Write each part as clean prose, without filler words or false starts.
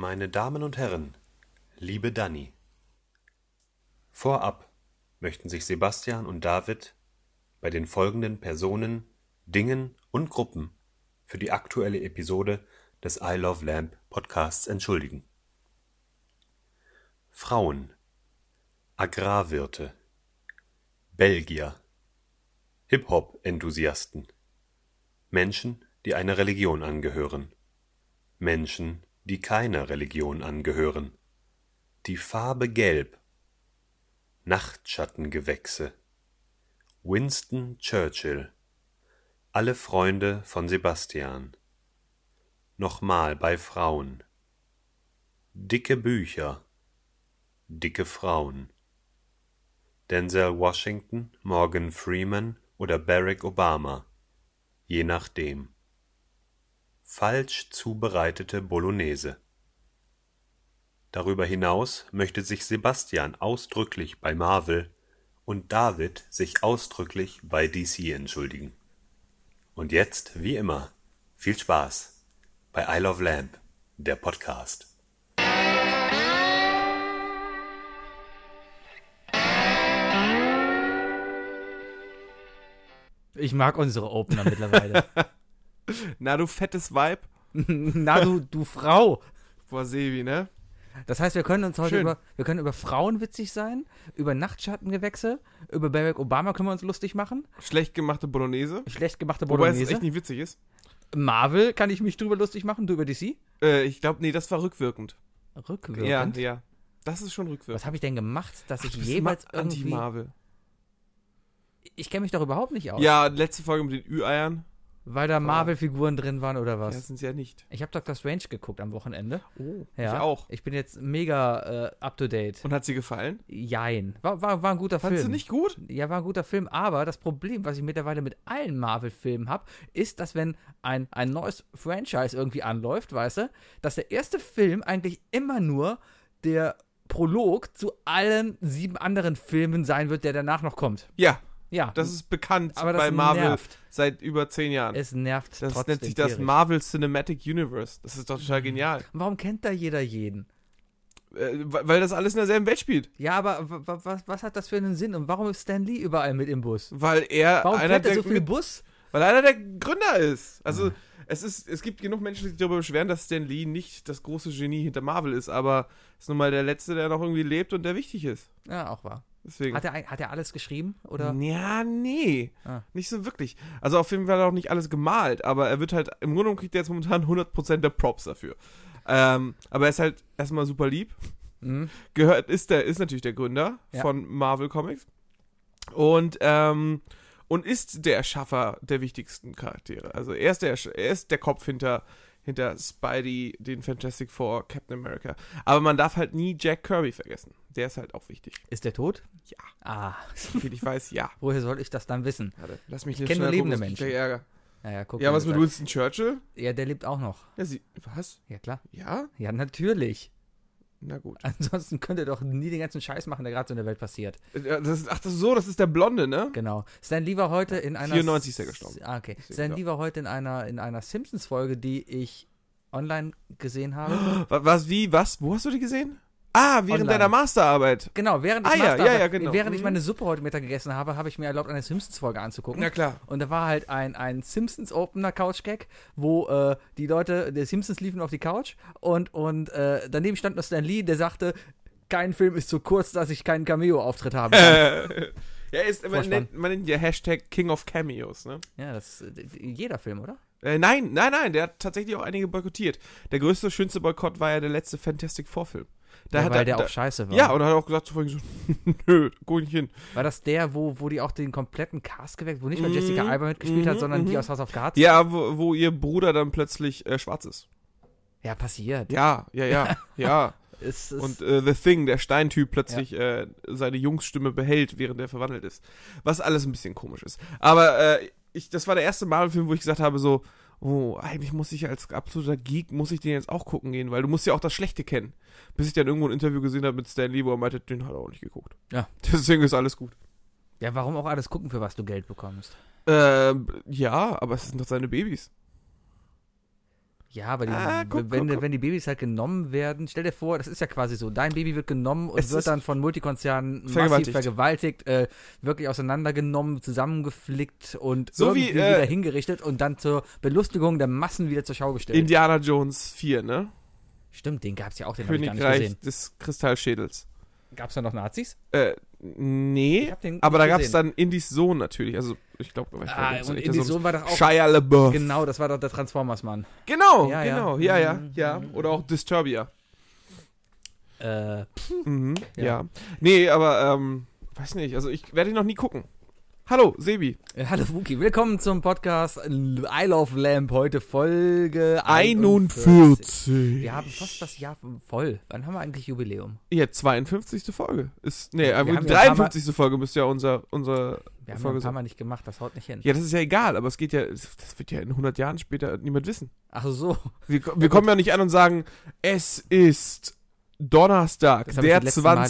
Meine Damen und Herren, liebe Dani. Vorab möchten sich Sebastian und David bei den folgenden Personen, Dingen und Gruppen für die aktuelle Episode des I Love Lamp Podcasts entschuldigen. Frauen, Agrarwirte, Belgier, Hip-Hop-Enthusiasten, Menschen, die einer Religion angehören, Menschen, die keiner Religion angehören, die Farbe Gelb, Nachtschattengewächse, Winston Churchill, alle Freunde von Sebastian, nochmal bei Frauen, dicke Bücher, dicke Frauen, Denzel Washington, Morgan Freeman oder Barack Obama, je nachdem. Falsch zubereitete Bolognese. Darüber hinaus möchte sich Sebastian ausdrücklich bei Marvel und David sich ausdrücklich bei DC entschuldigen. Und jetzt, wie immer, viel Spaß bei I Love Lamp, der Podcast. Ich mag unsere Opener mittlerweile. Na, du fettes Weib. Na, du Frau. Boah, Sebi, ne? Das heißt, wir können uns heute Schön. über Frauen witzig sein, über Nachtschattengewächse, über Barack Obama können wir uns lustig machen. Schlecht gemachte Bolognese. Schlecht gemachte Wobei es Bolognese. echt nicht witzig ist. Marvel kann ich mich drüber lustig machen, du über DC? Ich glaube, nee, das war rückwirkend. Rückwirkend? Ja. Das ist schon rückwirkend. Was habe ich denn gemacht, dass ich Du bist jeweils immer irgendwie... Anti-Marvel. Ich kenne mich doch überhaupt nicht aus. Ja, letzte Folge mit den Ü-Eiern. Weil da Marvel-Figuren drin waren oder was? Ja, sind sie ja nicht. Ich habe Dr. Strange geguckt am Wochenende. Oh, Ja, ich auch. Ich bin jetzt mega up-to-date. Und hat sie gefallen? Jein. War ein guter Film. Fandest du nicht gut? Ja, war ein guter Film, aber das Problem, was ich mittlerweile mit allen Marvel-Filmen habe, ist, dass wenn ein neues Franchise irgendwie anläuft, weißt du, dass der erste Film eigentlich immer nur der Prolog zu allen 7 anderen Filmen sein wird, der danach noch kommt. Ja, Ja, das ist bekannt aber das bei Marvel nervt. seit über 10 Jahren. Es nervt Das trotzdem nennt sich das tierisch. Marvel Cinematic Universe. Das ist doch total genial. Warum kennt da jeder jeden? Weil das alles in derselben Welt spielt. Ja, aber was hat das für einen Sinn und warum ist Stan Lee überall mit im Bus? Weil er Warum einer fährt er der so viel Bus? Weil einer der Gründer ist. Also, es gibt genug Menschen, die sich darüber beschweren, dass Stan Lee nicht das große Genie hinter Marvel ist, aber ist nun mal der Letzte, der noch irgendwie lebt und der wichtig ist. Ja, auch wahr. Deswegen. Hat er alles geschrieben? Oder? Ja, nee. Ah. Nicht so wirklich. Also auf jeden Fall auch nicht alles gemalt, aber er wird halt, im Grunde genommen kriegt er jetzt momentan 100% der Props dafür. Aber er ist halt erstmal super lieb. Mhm. Ist natürlich der Gründer Ja. von Marvel Comics. Und ist der Erschaffer der wichtigsten Charaktere. Also er ist der Kopf hinter Spidey, den Fantastic Four, Captain America. Aber man darf halt nie Jack Kirby vergessen. Der ist halt auch wichtig. Ist der tot? Ja. Ah, Soviel ich weiß, ja. woher soll ich das dann wissen? Warte, lass mich Ich kenn nur schnell lebende gucken, sonst krieg ich Menschen. Ärger. Ja, guck Ja, mal, was mit das- Winston Churchill? Ja, der lebt auch noch. Ja, was? Ja, klar. Ja? Ja, natürlich. Na gut. Ansonsten könnt ihr doch nie den ganzen Scheiß machen, der gerade so in der Welt passiert. Das ist der Blonde, ne? Genau. Stan Lee war heute in einer... 94 ist er gestorben. Ah, okay. Deswegen, Stan ja. Lee war heute in einer Simpsons-Folge, die ich online gesehen habe. Was? Wo hast du die gesehen? Ah, während Online. deiner Masterarbeit. Genau, während genau. ich meine Suppe heute Mittag gegessen habe, habe ich mir erlaubt, eine Simpsons-Folge anzugucken. Na klar. Und da war halt ein Simpsons-Opener-Couch-Gag, wo die Leute, der Simpsons liefen auf die Couch und daneben stand noch Stan Lee, der sagte, kein Film ist so kurz, dass ich keinen Cameo-Auftritt habe. Man nennt ja Hashtag King of Cameos, ne? Ja, das ist jeder Film, oder? Nein, der hat tatsächlich auch einige boykottiert. Der größte, schönste Boykott war ja der letzte Fantastic Four-Film. Weil der auch scheiße war. Ja, und er hat auch gesagt so, nö, guck nicht hin. War das der, wo die auch den kompletten Cast geweckt, wo nicht mal Jessica Alba mitgespielt hat, sondern die aus House of Cards? Ja, wo ihr Bruder dann plötzlich schwarz ist. Ja, passiert. Ja. Und The Thing, der Steintyp, plötzlich seine Jungsstimme behält, während er verwandelt ist. Was alles ein bisschen komisch ist. Aber das war der erste Marvel-Film, wo ich gesagt habe so, oh, eigentlich muss ich als absoluter Geek, muss ich den jetzt auch gucken gehen, weil du musst ja auch das Schlechte kennen. Bis ich dann irgendwo ein Interview gesehen habe mit Stan Lee, wo er meinte, den hat er auch nicht geguckt. Ja. Deswegen ist alles gut. Ja, warum auch alles gucken, für was du Geld bekommst? Ja, aber es sind doch seine Babys. Ja, aber wenn die Babys halt genommen werden, stell dir vor, das ist ja quasi so, dein Baby wird genommen und wird dann von Multikonzernen massiv vergewaltigt, wirklich auseinandergenommen, zusammengeflickt und so irgendwie wieder hingerichtet und dann zur Belustigung der Massen wieder zur Schau gestellt. Indiana Jones 4, ne? Stimmt, den gab's ja auch, den habe ich gar nicht Königreich gesehen. des Kristallschädels. Gab's da noch Nazis? Nee, aber da gab es dann Indys Sohn natürlich. Also, ich glaube, und Indys Sohn war doch auch. Shia LaBeouf. Genau, das war doch der Transformers-Mann. Genau. Ja. Oder auch Disturbia. Ja. Nee, aber, weiß nicht. Also, ich werde ihn noch nie gucken. Hallo, Sebi. Hallo, Wookie. Willkommen zum Podcast I Love Lamp. Heute Folge 41. Wir haben fast das Jahr voll. Wann haben wir eigentlich Jubiläum? Ja, 52. Folge. Die 53. Folge müsste ja unser Wir haben ja Folge ein paar sein. Mal nicht gemacht, das haut nicht hin. Ja, das ist ja egal, aber es geht ja, das wird ja in 100 Jahren später niemand wissen. Ach so. Wir kommen ja nicht an und sagen, es ist Donnerstag, der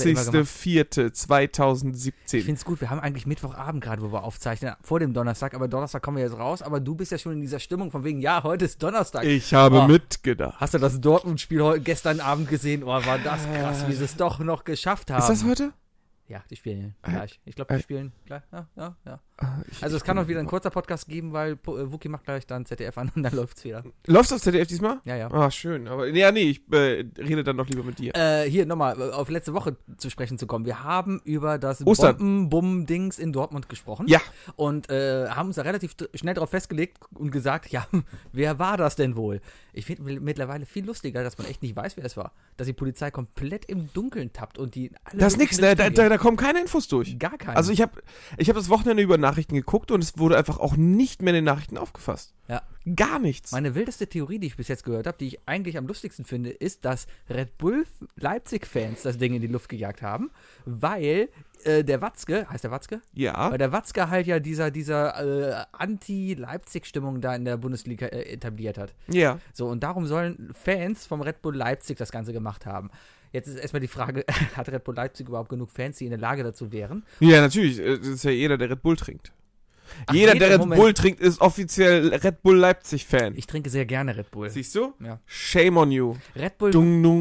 20.04.2017. Ich finde es gut, wir haben eigentlich Mittwochabend gerade, wo wir aufzeichnen, vor dem Donnerstag, aber Donnerstag kommen wir jetzt raus, aber du bist ja schon in dieser Stimmung von wegen, ja, heute ist Donnerstag. Ich habe mitgedacht. Hast du das Dortmund-Spiel gestern Abend gesehen? Oh, war das krass, wie sie es doch noch geschafft haben. Ist das heute? Ja, die spielen gleich. Ich glaube, die spielen gleich. Ja. Also es kann noch wieder ein kurzer Podcast geben, weil Wookie macht gleich dann ZDF an und dann läuft's wieder. Läuft's auf ZDF diesmal? Ja. Ah, schön. Aber ich rede dann doch lieber mit dir. Hier nochmal auf letzte Woche zu sprechen zu kommen. Wir haben über das Bomben-Bumm-Dings in Dortmund gesprochen. Ja. Und haben uns da relativ schnell drauf festgelegt und gesagt, ja, wer war das denn wohl? Ich finde mittlerweile viel lustiger, dass man echt nicht weiß, wer es war. Dass die Polizei komplett im Dunkeln tappt und die alle. Das ist nix, ne? Da kommen keine Infos durch. Gar keine. Also ich hab das Wochenende über Nachrichten geguckt und es wurde einfach auch nicht mehr in den Nachrichten aufgefasst. Ja. Gar nichts. Meine wildeste Theorie, die ich bis jetzt gehört habe, die ich eigentlich am lustigsten finde, ist, dass Red Bull Leipzig-Fans das Ding in die Luft gejagt haben, weil der Watzke, heißt der Watzke? Ja. Weil der Watzke halt ja dieser Anti-Leipzig-Stimmung da in der Bundesliga etabliert hat. Ja. So, und darum sollen Fans vom Red Bull Leipzig das Ganze gemacht haben. Jetzt ist erstmal die Frage, hat Red Bull Leipzig überhaupt genug Fans, die in der Lage dazu wären? Ja, natürlich. Das ist ja jeder, der Red Bull trinkt. Jeder, der Red Bull trinkt, ist offiziell Red Bull Leipzig-Fan. Ich trinke sehr gerne Red Bull. Siehst du? Ja. Shame on you. Red Bull,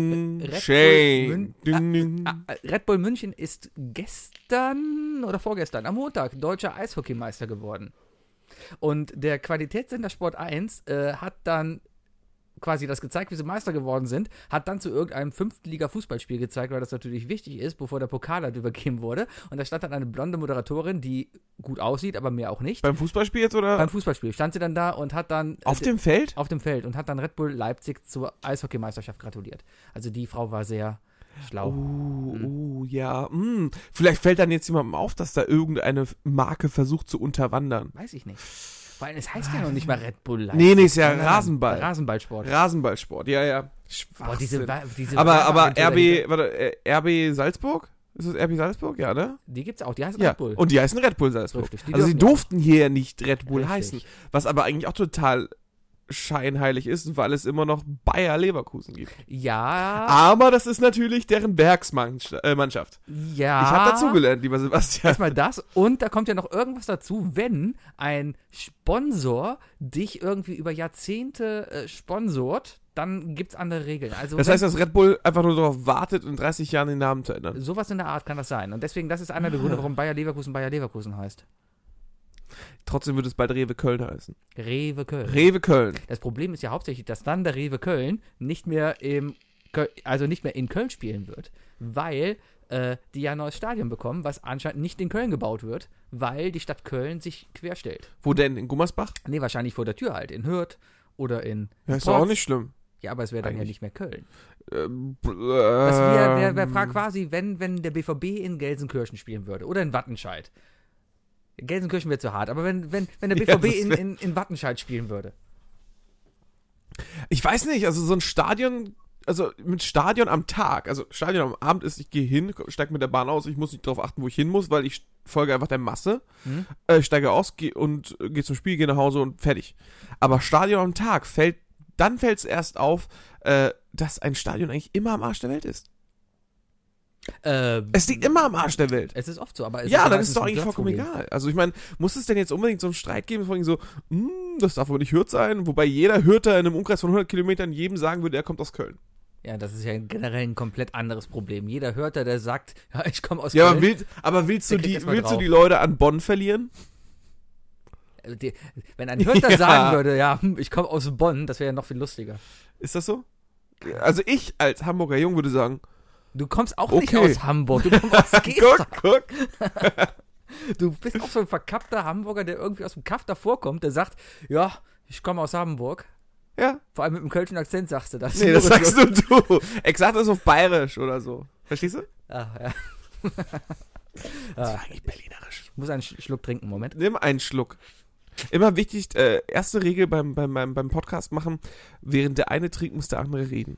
Shame. Red Bull München ist gestern oder vorgestern, am Montag, deutscher Eishockeymeister geworden. Und der Qualitätssender Sport 1 hat dann quasi das gezeigt, wie sie Meister geworden sind, hat dann zu irgendeinem 5. Liga-Fußballspiel gezeigt, weil das natürlich wichtig ist, bevor der Pokal halt übergeben wurde. Und da stand dann eine blonde Moderatorin, die gut aussieht, aber mehr auch nicht. Beim Fußballspiel jetzt, oder? Beim Fußballspiel stand sie dann da und hat dann... Auf dem Feld? Auf dem Feld und hat dann Red Bull Leipzig zur Eishockeymeisterschaft gratuliert. Also die Frau war sehr schlau. Ja. Vielleicht fällt dann jetzt jemandem auf, dass da irgendeine Marke versucht zu unterwandern. Weiß ich nicht. Weil es heißt ja noch nicht mal Red Bull Leipzig. Nee, ist ja Rasenball. Rasenballsport, ja. Boah, diese aber RB Salzburg? Ist das RB Salzburg? Ja, ne? Die gibt's auch, die heißen Red Bull. Und die heißen Red Bull Salzburg. Richtig, also sie durften hier nicht Red Bull Richtig. heißen. Was aber eigentlich auch total scheinheilig ist, weil es immer noch Bayer Leverkusen gibt. Ja. Aber das ist natürlich deren Werksmannschaft. Ja. Ich habe dazugelernt, lieber Sebastian. Erstmal das und da kommt ja noch irgendwas dazu, wenn ein Sponsor dich irgendwie über Jahrzehnte sponsort, dann gibt's andere Regeln. Also das heißt, dass Red Bull einfach nur darauf wartet, in 30 Jahren den Namen zu ändern. Sowas in der Art kann das sein. Und deswegen, das ist einer der Gründe, warum Bayer Leverkusen heißt. Trotzdem wird es bald Rewe Köln heißen. Rewe Köln. Das Problem ist ja hauptsächlich, dass dann der Rewe Köln nicht mehr in Köln spielen wird, weil die ja ein neues Stadion bekommen, was anscheinend nicht in Köln gebaut wird, weil die Stadt Köln sich querstellt. Wo denn? In Gummersbach? Nee, wahrscheinlich vor der Tür halt. In Hürth oder in Ja, ist doch auch nicht schlimm. Ja, aber es wäre dann ja nicht mehr Köln. Das wäre quasi, wenn der BVB in Gelsenkirchen spielen würde oder in Wattenscheid. Gelsenkirchen wäre zu hart, aber wenn der BVB in Wattenscheid spielen würde. Ich weiß nicht, also so ein Stadion, also mit Stadion am Tag, also Stadion am Abend ist, ich gehe hin, steige mit der Bahn aus, ich muss nicht darauf achten, wo ich hin muss, weil ich folge einfach der Masse, steige aus gehe zum Spiel, gehe nach Hause und fertig. Aber Stadion am Tag fällt es erst auf, dass ein Stadion eigentlich immer am Arsch der Welt ist. Es liegt immer am Arsch der Welt. Es ist oft so, aber es ja, ist dann ist es doch eigentlich vollkommen egal. Also ich meine, muss es denn jetzt unbedingt so einen Streit geben, von so, das darf aber nicht Hürth sein, wobei jeder Hürther in einem Umkreis von 100 Kilometern jedem sagen würde, er kommt aus Köln. Ja, das ist ja generell ein komplett anderes Problem. Jeder Hürther, der sagt, ja, ich komme aus Köln. Köln. Ja, aber willst du die Leute an Bonn verlieren? Wenn ein Hürther sagen würde, ja, ich komme aus Bonn, das wäre ja noch viel lustiger. Ist das so? Also ich als Hamburger Jung würde sagen, du kommst auch nicht aus Hamburg, du kommst aus Gesta. Guck. Du bist auch so ein verkappter Hamburger, der irgendwie aus dem Kaff davor kommt, der sagt, ja, ich komme aus Hamburg. Ja. Vor allem mit einem kölschen Akzent sagst du das. Nee, das sagst nur du. Exakt ist auf Bayerisch oder so. Verstehst du? Ah, ja. Das war eigentlich berlinerisch. Ich muss einen Schluck trinken, Moment. Nimm einen Schluck. Immer wichtig, erste Regel beim Podcast machen, während der eine trinkt, muss der andere reden.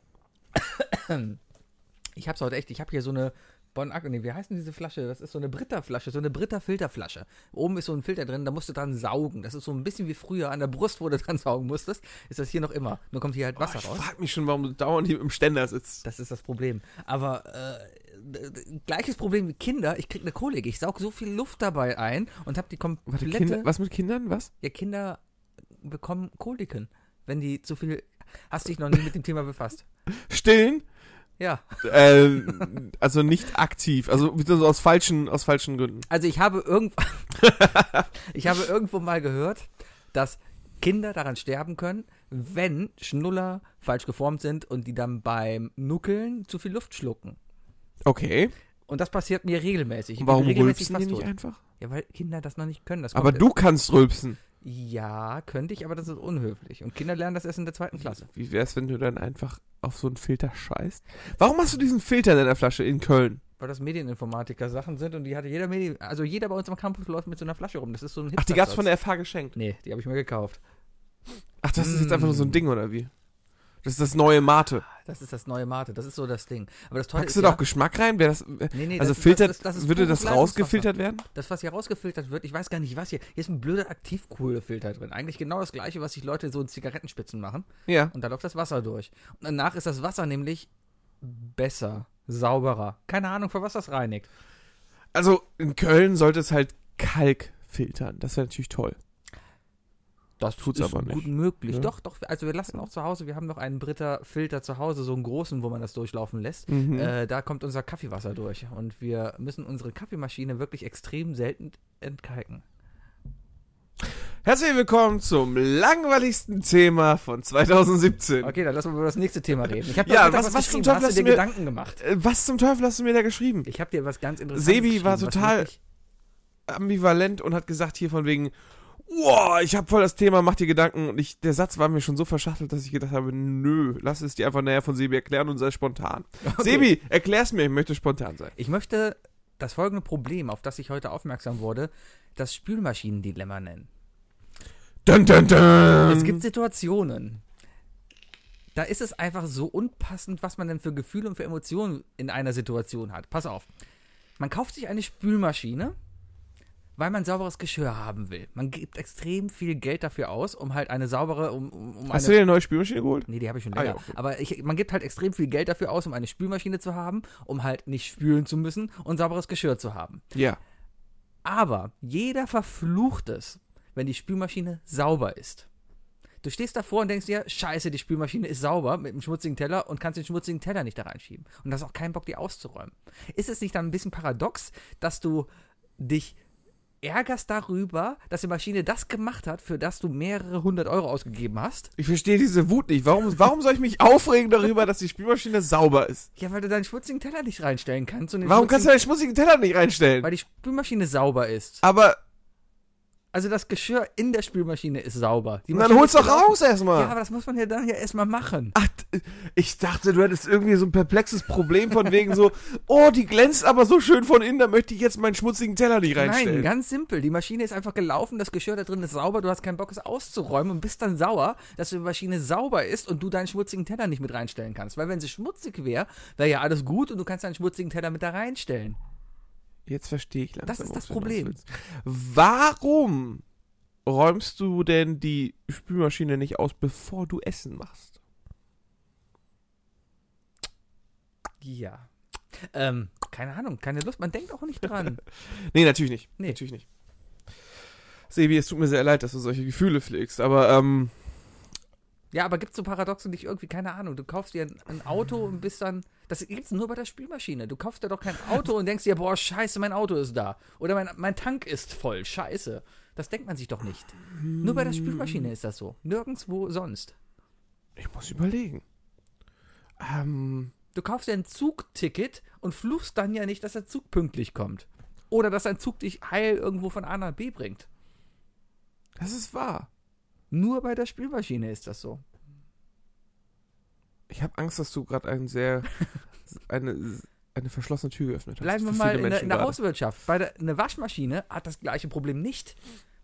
Ich hab's heute echt, ich habe hier so eine wie heißt denn diese Flasche? Das ist so eine Britta-Flasche, so eine Britta-Filterflasche. Oben ist so ein Filter drin, da musst du dran saugen. Das ist so ein bisschen wie früher an der Brust, wo du dran saugen musstest. Ist das hier noch immer. Nur kommt hier halt Wasser raus. Ich frag mich schon, warum du dauernd hier im Ständer sitzt. Das ist das Problem. Aber gleiches Problem wie Kinder, ich krieg eine Kolik. Ich saug so viel Luft dabei ein und hab die komplette... Was mit Kindern? Was? Ja, Kinder bekommen Koliken, wenn die zu viel... Hast dich noch nie mit dem Thema befasst? Stillen? Ja. Also nicht aktiv, also aus falschen Gründen. Also ich habe irgendwo mal gehört, dass Kinder daran sterben können, wenn Schnuller falsch geformt sind und die dann beim Nuckeln zu viel Luft schlucken. Okay. Und das passiert mir regelmäßig. Und warum rülpsen die nicht einfach? Ja, weil Kinder das noch nicht können. Aber du kannst rülpsen. Ja, könnte ich, aber das ist unhöflich. Und Kinder lernen das erst in der 2. Klasse. Wie wär's, wenn du dann einfach auf so einen Filter scheißt? Warum hast du diesen Filter in deiner Flasche in Köln? Weil das Medieninformatiker-Sachen sind und die hatte jeder jeder bei uns am Campus läuft mit so einer Flasche rum. Das ist so ein Ach, die gab's von der FH geschenkt? Nee, die habe ich mir gekauft. Ach, das ist jetzt einfach nur so ein Ding, oder wie? Das ist das neue Mate. Das ist das neue Mate, das ist so das Ding. Aber das Tolle Packst du da auch Geschmack rein? Nee, also würde das rausgefiltert werden? Das, was hier rausgefiltert wird, ich weiß gar nicht, was hier. Hier ist ein blöder Aktivkohlefilter drin. Eigentlich genau das gleiche, was sich Leute so in Zigarettenspitzen machen. Ja. Und da läuft das Wasser durch. Und danach ist das Wasser nämlich besser, sauberer. Keine Ahnung, für was das reinigt. Also in Köln sollte es halt Kalk filtern. Das wäre natürlich toll. Das tut's ist aber nicht. Gut möglich. Ja. Doch. Also wir lassen auch zu Hause, wir haben noch einen Britta-Filter zu Hause, so einen großen, wo man das durchlaufen lässt. Da kommt unser Kaffeewasser durch. Und wir müssen unsere Kaffeemaschine wirklich extrem selten entkalken. Herzlich willkommen zum langweiligsten Thema von 2017. Okay, dann lassen wir über das nächste Thema reden. Ich habe was zum Teufel hast du dir Gedanken gemacht? Was zum Teufel hast du mir da geschrieben? Ich habe dir was ganz Interessantes Sebi war total ambivalent und hat gesagt hier von wegen, ich habe voll das Thema, mach dir Gedanken. Und der Satz war mir schon so verschachtelt, dass ich gedacht habe, nö, lass es dir einfach näher von Sebi erklären und sei spontan. Okay. Sebi, erklär's mir, ich möchte spontan sein. Ich möchte das folgende Problem, auf das ich heute aufmerksam wurde, das Spülmaschinendilemma nennen. Dun, dun, dun. Es gibt Situationen, da ist es einfach so unpassend, was man denn für Gefühle und für Emotionen in einer Situation hat. Pass auf, man kauft sich eine Spülmaschine, weil man sauberes Geschirr haben will. Man gibt extrem viel Geld dafür aus, um halt eine saubere... Hast du dir eine neue Spülmaschine geholt? Nee, die habe ich schon länger. Ja, okay. Aber man gibt halt extrem viel Geld dafür aus, um eine Spülmaschine zu haben, um halt nicht spülen zu müssen und sauberes Geschirr zu haben. Ja. Aber jeder verflucht es, wenn die Spülmaschine sauber ist. Du stehst davor und denkst dir, scheiße, die Spülmaschine ist sauber mit einem schmutzigen Teller und kannst den schmutzigen Teller nicht da reinschieben. Und hast auch keinen Bock, die auszuräumen. Ist es nicht dann ein bisschen paradox, dass du dich ärgerst darüber, dass die Maschine das gemacht hat, für das du mehrere 100 Euro ausgegeben hast? Ich verstehe diese Wut nicht. Warum soll ich mich aufregen darüber, dass die Spülmaschine sauber ist? Ja, weil du deinen schmutzigen Teller nicht reinstellen kannst. Warum kannst du deinen schmutzigen Teller nicht reinstellen? Weil die Spülmaschine sauber ist. Aber... Also das Geschirr in der Spülmaschine ist sauber. Dann hol's doch raus erstmal. Ja, aber das muss man ja dann ja erstmal machen. Ach, ich dachte, du hättest irgendwie so ein perplexes Problem von wegen so, die glänzt aber so schön von innen, da möchte ich jetzt meinen schmutzigen Teller nicht reinstellen. Nein, ganz simpel. Die Maschine ist einfach gelaufen, das Geschirr da drin ist sauber, du hast keinen Bock, es auszuräumen und bist dann sauer, dass die Maschine sauber ist und du deinen schmutzigen Teller nicht mit reinstellen kannst. Weil wenn sie schmutzig wäre ja alles gut und du kannst deinen schmutzigen Teller mit da reinstellen. Jetzt verstehe ich langsam. Das ist das Problem. Warum räumst du denn die Spülmaschine nicht aus, bevor du Essen machst? Ja. Keine Ahnung, keine Lust, man denkt auch nicht dran. Nee, natürlich nicht. Nee. Natürlich nicht. Sebi, es tut mir sehr leid, dass du solche Gefühle pflegst, aber Ja, aber gibt's so Paradoxe nicht irgendwie, keine Ahnung, du kaufst dir ein Auto und bist dann, das gibt's nur bei der Spielmaschine, du kaufst dir doch kein Auto und denkst dir, boah, scheiße, mein Auto ist da. Oder mein Tank ist voll, scheiße. Das denkt man sich doch nicht. Nur bei der Spielmaschine ist das so, nirgendwo sonst. ich muss überlegen. Du kaufst dir ein Zugticket und fluchst dann ja nicht, dass der Zug pünktlich kommt. Oder dass ein Zug dich heil irgendwo von A nach B bringt. Das ist wahr. Nur bei der Spielmaschine ist das so. Ich habe Angst, dass du gerade eine verschlossene Tür geöffnet hast. Bleiben wir Für mal viele in der gerade. Hauswirtschaft. Eine Waschmaschine hat das gleiche Problem nicht.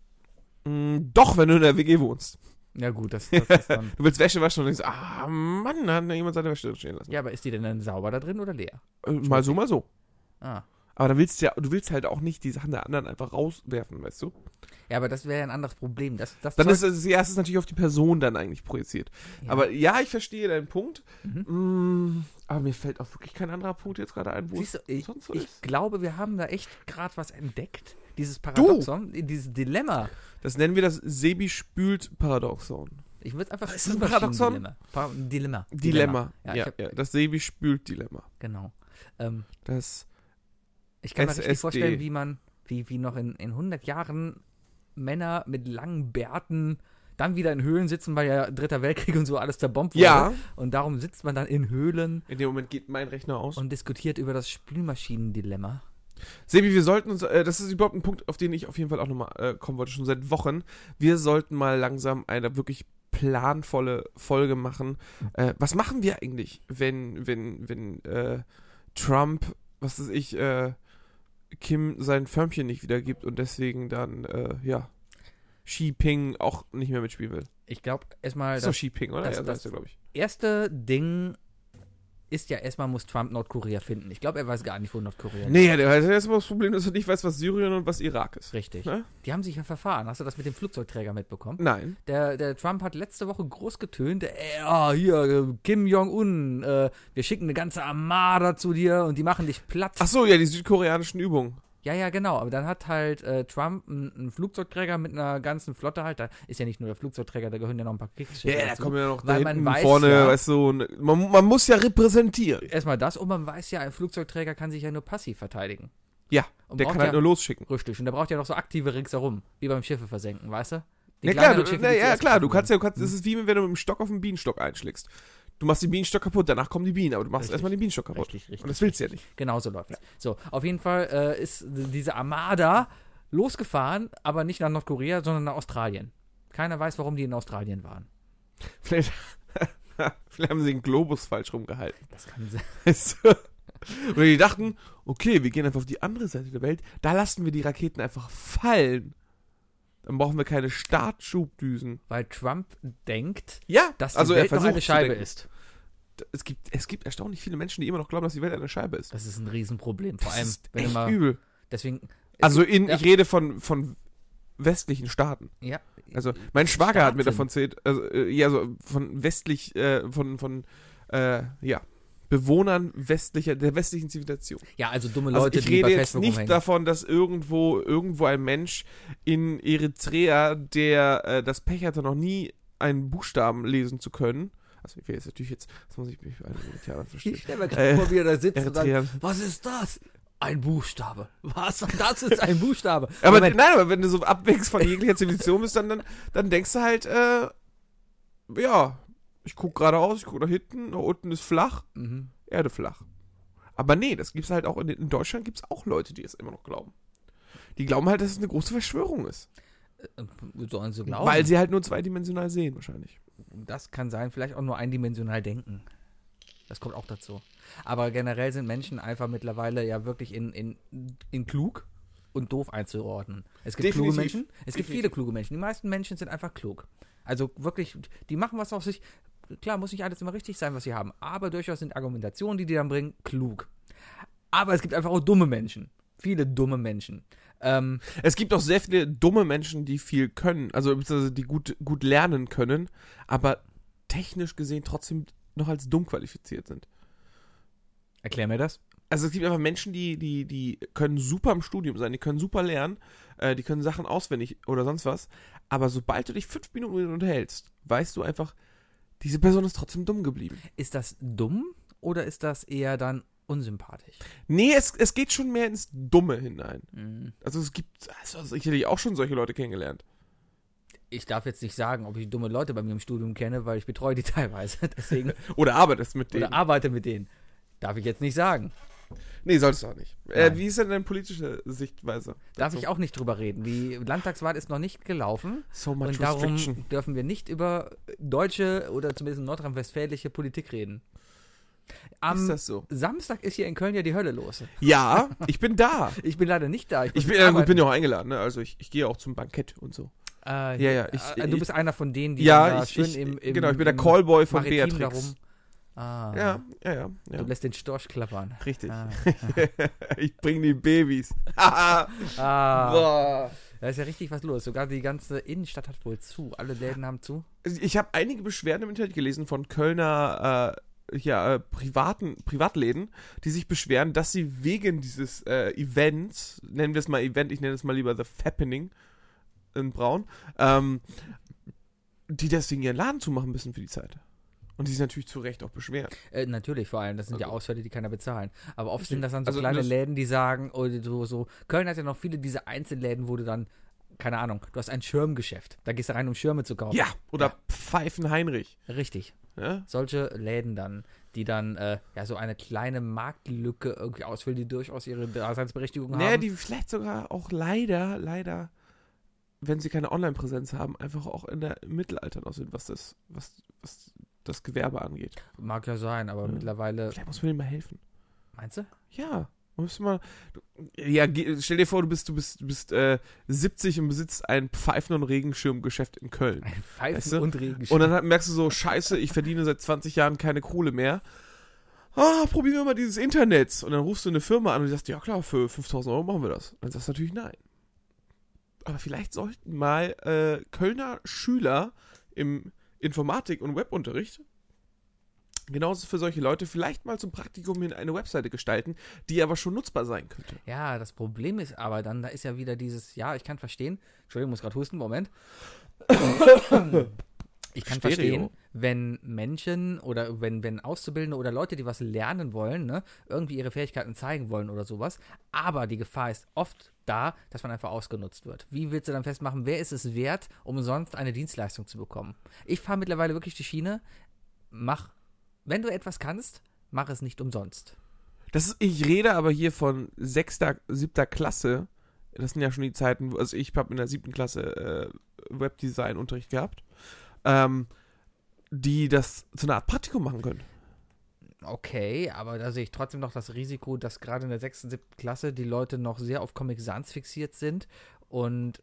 Doch, wenn du in der WG wohnst. Ja gut, das ist dann... Du willst Wäsche waschen und denkst, Mann, da hat jemand seine Wäsche drin stehen lassen. Ja, aber ist die denn dann sauber da drin oder leer? Mal so, mal so. Ah. Aber du willst halt auch nicht die Sachen der anderen einfach rauswerfen, weißt du? Ja, aber das wäre ja ein anderes Problem. Dann ist es natürlich auf die Person dann eigentlich projiziert. Ja. Aber ja, ich verstehe deinen Punkt. Aber mir fällt auch wirklich kein anderer Punkt jetzt gerade ein, wo Siehst du, es sonst so ich ist. glaube, wir haben da echt gerade was entdeckt. Dieses Paradoxon, dieses Dilemma. Das nennen wir das Sebi-spült-Paradoxon. Ich würde es einfach Ist das ein Paradoxon? Dilemma. Ja, das Sebi-spült-Dilemma. Genau. Das Ich kann mir SSD. richtig vorstellen, wie noch in 100 Jahren Männer mit langen Bärten dann wieder in Höhlen sitzen, weil ja Dritter Weltkrieg und so alles zerbombt wurde. Ja. Und darum sitzt man dann in Höhlen In dem Moment geht mein Rechner aus. und diskutiert über das Spülmaschinendilemma. Sebi, wir sollten uns, das ist überhaupt ein Punkt, auf den ich auf jeden Fall auch nochmal kommen wollte, schon seit Wochen. Wir sollten mal langsam eine wirklich planvolle Folge machen. Was machen wir eigentlich, wenn Trump, was weiß ich, Kim sein Förmchen nicht wiedergibt und deswegen dann, Xi Jinping auch nicht mehr mitspielen will? Ich glaube erstmal, Das ist doch Xi Jinping, oder? das- Ja, das ist ja, glaube ich. erste Ding ist ja erstmal, muss Trump Nordkorea finden. Ich glaube, er weiß gar nicht, wo Nordkorea ist. Nee, der hat erstmal das Problem, dass er nicht weiß, was Syrien und was Irak ist. Richtig. Ne? Die haben sich ja verfahren. Hast du das mit dem Flugzeugträger mitbekommen? Nein. Der Trump hat letzte Woche groß getönt, Kim Jong-un, wir schicken eine ganze Armada zu dir und die machen dich platt. Ach so, ja, die südkoreanischen Übungen. Ja, genau. Aber dann hat halt Trump einen Flugzeugträger mit einer ganzen Flotte halt. Da ist ja nicht nur der Flugzeugträger, da gehören ja noch ein paar Kriegsschiffe Ja, da dazu. kommen ja noch da Weil man hinten weiß vorne, ja- weißt du, man muss ja repräsentieren. Erstmal das und man weiß ja, ein Flugzeugträger kann sich ja nur passiv verteidigen. Ja, Und der braucht kann halt ja- nur losschicken. Richtig. Und der braucht ja noch so aktive ringsherum, wie beim Schiffe versenken, weißt du? Die Ja klar, kleineren Schiffe, die du zuerst kannst getroffen ja, das ist wie wenn du mit dem Stock auf den Bienenstock einschlägst. Du machst den Bienenstock kaputt, danach kommen die Bienen, aber du machst Richtig. erstmal den Bienenstock kaputt. Richtig. Und das willst du ja nicht. Genau so läuft es. So, auf jeden Fall ist diese Armada losgefahren, aber nicht nach Nordkorea, sondern nach Australien. Keiner weiß, warum die in Australien waren. Vielleicht haben sie den Globus falsch rumgehalten. Das kann sein. Weißt du? Oder die dachten, okay, wir gehen einfach auf die andere Seite der Welt, da lassen wir die Raketen einfach fallen. Dann brauchen wir keine Startschubdüsen. Weil Trump denkt, Ja, dass die also Welt er noch versucht eine zu Scheibe denken. ist. Es gibt erstaunlich viele Menschen, die immer noch glauben, dass die Welt eine Scheibe ist. Das ist ein Riesenproblem. Vor Das allem, ist wenn du echt mal. übel. Deswegen. Also ja, ich rede von westlichen Staaten. ja, Also mein Schwager hat mir Staaten. davon erzählt, so von westlich, von Bewohnern der westlichen Zivilisation. ja, also dumme Also Leute, ich die rede bei jetzt Facebook nicht rumhängen. davon, dass irgendwo ein Mensch in Eritrea, der das Pech hatte, noch nie einen Buchstaben lesen zu können. Also ich will jetzt das muss ich mich bei den Eritreern verstehen. Ich stelle mir gerade vor, wie er da sitzt und Eritrean. dann, was ist das? Ein Buchstabe. Was? Das ist ein Buchstabe. Aber Moment, aber wenn du so abwächst von jeglicher Zivilisation bist, dann denkst du halt, ich gucke geradeaus, ich gucke nach hinten, nach unten ist flach, Mhm. Erde flach. Aber nee, das gibt's halt auch, in Deutschland gibt's auch Leute, die es immer noch glauben. Die glauben halt, dass es eine große Verschwörung ist. Sollen sie glauben? Weil sie halt nur zweidimensional sehen, wahrscheinlich. Das kann sein, vielleicht auch nur eindimensional denken. Das kommt auch dazu. Aber generell sind Menschen einfach mittlerweile ja wirklich in klug und doof einzuordnen. Es gibt Definitiv. kluge Menschen, es gibt viele kluge Menschen. Die meisten Menschen sind einfach klug. Also wirklich, die machen was auf sich. Klar, muss nicht alles immer richtig sein, was sie haben. Aber durchaus sind Argumentationen, die dann bringen, klug. Aber es gibt einfach auch dumme Menschen. Viele dumme Menschen. Es gibt auch sehr viele dumme Menschen, die viel können, also beziehungsweise die gut lernen können, aber technisch gesehen trotzdem noch als dumm qualifiziert sind. Erklär mir das. Also es gibt einfach Menschen, die können super im Studium sein, die können super lernen, die können Sachen auswendig oder sonst was, aber sobald du dich 5 Minuten mit ihnen unterhältst, weißt du einfach, diese Person ist trotzdem dumm geblieben. Ist das dumm oder ist das eher dann unsympathisch? Nee, es geht schon mehr ins Dumme hinein. Mhm. Also es gibt, also ich hätte auch schon solche Leute kennengelernt. Ich darf jetzt nicht sagen, ob ich dumme Leute bei mir im Studium kenne, weil ich betreue die teilweise. Deswegen, Oder arbeitest mit denen. oder arbeite mit denen. Darf ich jetzt nicht sagen. Nee, solltest du auch nicht. Nein. Wie ist denn deine politische Sichtweise? Darf ich auch nicht drüber reden. Die Landtagswahl ist noch nicht gelaufen. So much Und darum restriction. dürfen wir nicht über deutsche oder zumindest nordrhein-westfälische Politik reden. Am Ist das so? Samstag ist hier in Köln ja die Hölle los. Ja, ich bin da. Ich bin leider nicht da. Ich bin ja auch eingeladen, ne? Also ich gehe auch zum Bankett und so. Du bist einer von denen, die Ja, dann da ich schön im bin der Callboy von Maritim Beatrix. darum. Ja. Du lässt den Storch klappern. Richtig. Ah. Ich bringe die Babys. Boah. Da ist ja richtig was los. Sogar die ganze Innenstadt hat wohl zu. Alle Läden haben zu. Ich habe einige Beschwerden im Internet gelesen von Kölner Privatläden, die sich beschweren, dass sie wegen dieses Events, nennen wir es mal Event, ich nenne es mal lieber The Fappening in Braun, die deswegen ihren Laden zumachen müssen für die Zeit. Und die sich natürlich zu Recht auch beschweren. Natürlich, vor allem. Das sind ja Ausfälle, die keiner bezahlen. Aber oft sind das dann so Also kleine das- Läden, die sagen, oder so. Köln hat ja noch viele diese Einzelläden, wo du dann, keine Ahnung, du hast ein Schirmgeschäft. Da gehst du rein, um Schirme zu kaufen. Ja, oder Pfeifen Heinrich. Richtig. Ja? Solche Läden dann, die dann so eine kleine Marktlücke irgendwie ausfüllen, die durchaus ihre Daseinsberechtigung Naja, haben. die vielleicht sogar auch leider, wenn sie keine Online-Präsenz haben, einfach auch im Mittelalter noch sind, was das Gewerbe angeht. Mag ja sein, aber Ja. mittlerweile. Vielleicht muss man denen mal helfen. Meinst du? Ja, stell dir vor, du bist 70 und besitzt ein Pfeifen- und Regenschirmgeschäft in Köln. Ein Pfeifen- Weißt du? und Regenschirm. Und dann merkst du so, scheiße, ich verdiene seit 20 Jahren keine Kohle mehr. Probieren wir mal dieses Internet. Und dann rufst du eine Firma an und die sagst, ja klar, für 5.000 Euro machen wir das. Und dann sagst du natürlich nein. Aber vielleicht sollten mal Kölner Schüler im Informatik- und Webunterricht genauso für solche Leute vielleicht mal zum Praktikum hin eine Webseite gestalten, die aber schon nutzbar sein könnte. Ja, das Problem ist aber dann, da ist ja wieder dieses, ja, ich kann verstehen, Entschuldigung, muss gerade husten, Moment. Ich kann Stereo. verstehen, wenn Menschen oder wenn Auszubildende oder Leute, die was lernen wollen, ne, irgendwie ihre Fähigkeiten zeigen wollen oder sowas, aber die Gefahr ist oft da, dass man einfach ausgenutzt wird. Wie willst du dann festmachen, wer ist es wert, umsonst eine Dienstleistung zu bekommen? Ich fahre mittlerweile wirklich die Schiene, wenn du etwas kannst, mach es nicht umsonst. Ich rede aber hier von 6., 7. Klasse. Das sind ja schon die Zeiten, also ich habe in der 7. Klasse Webdesign-Unterricht gehabt, die das zu einer Art Praktikum machen können. Okay, aber da sehe ich trotzdem noch das Risiko, dass gerade in der 6., 7. Klasse die Leute noch sehr auf Comic Sans fixiert sind und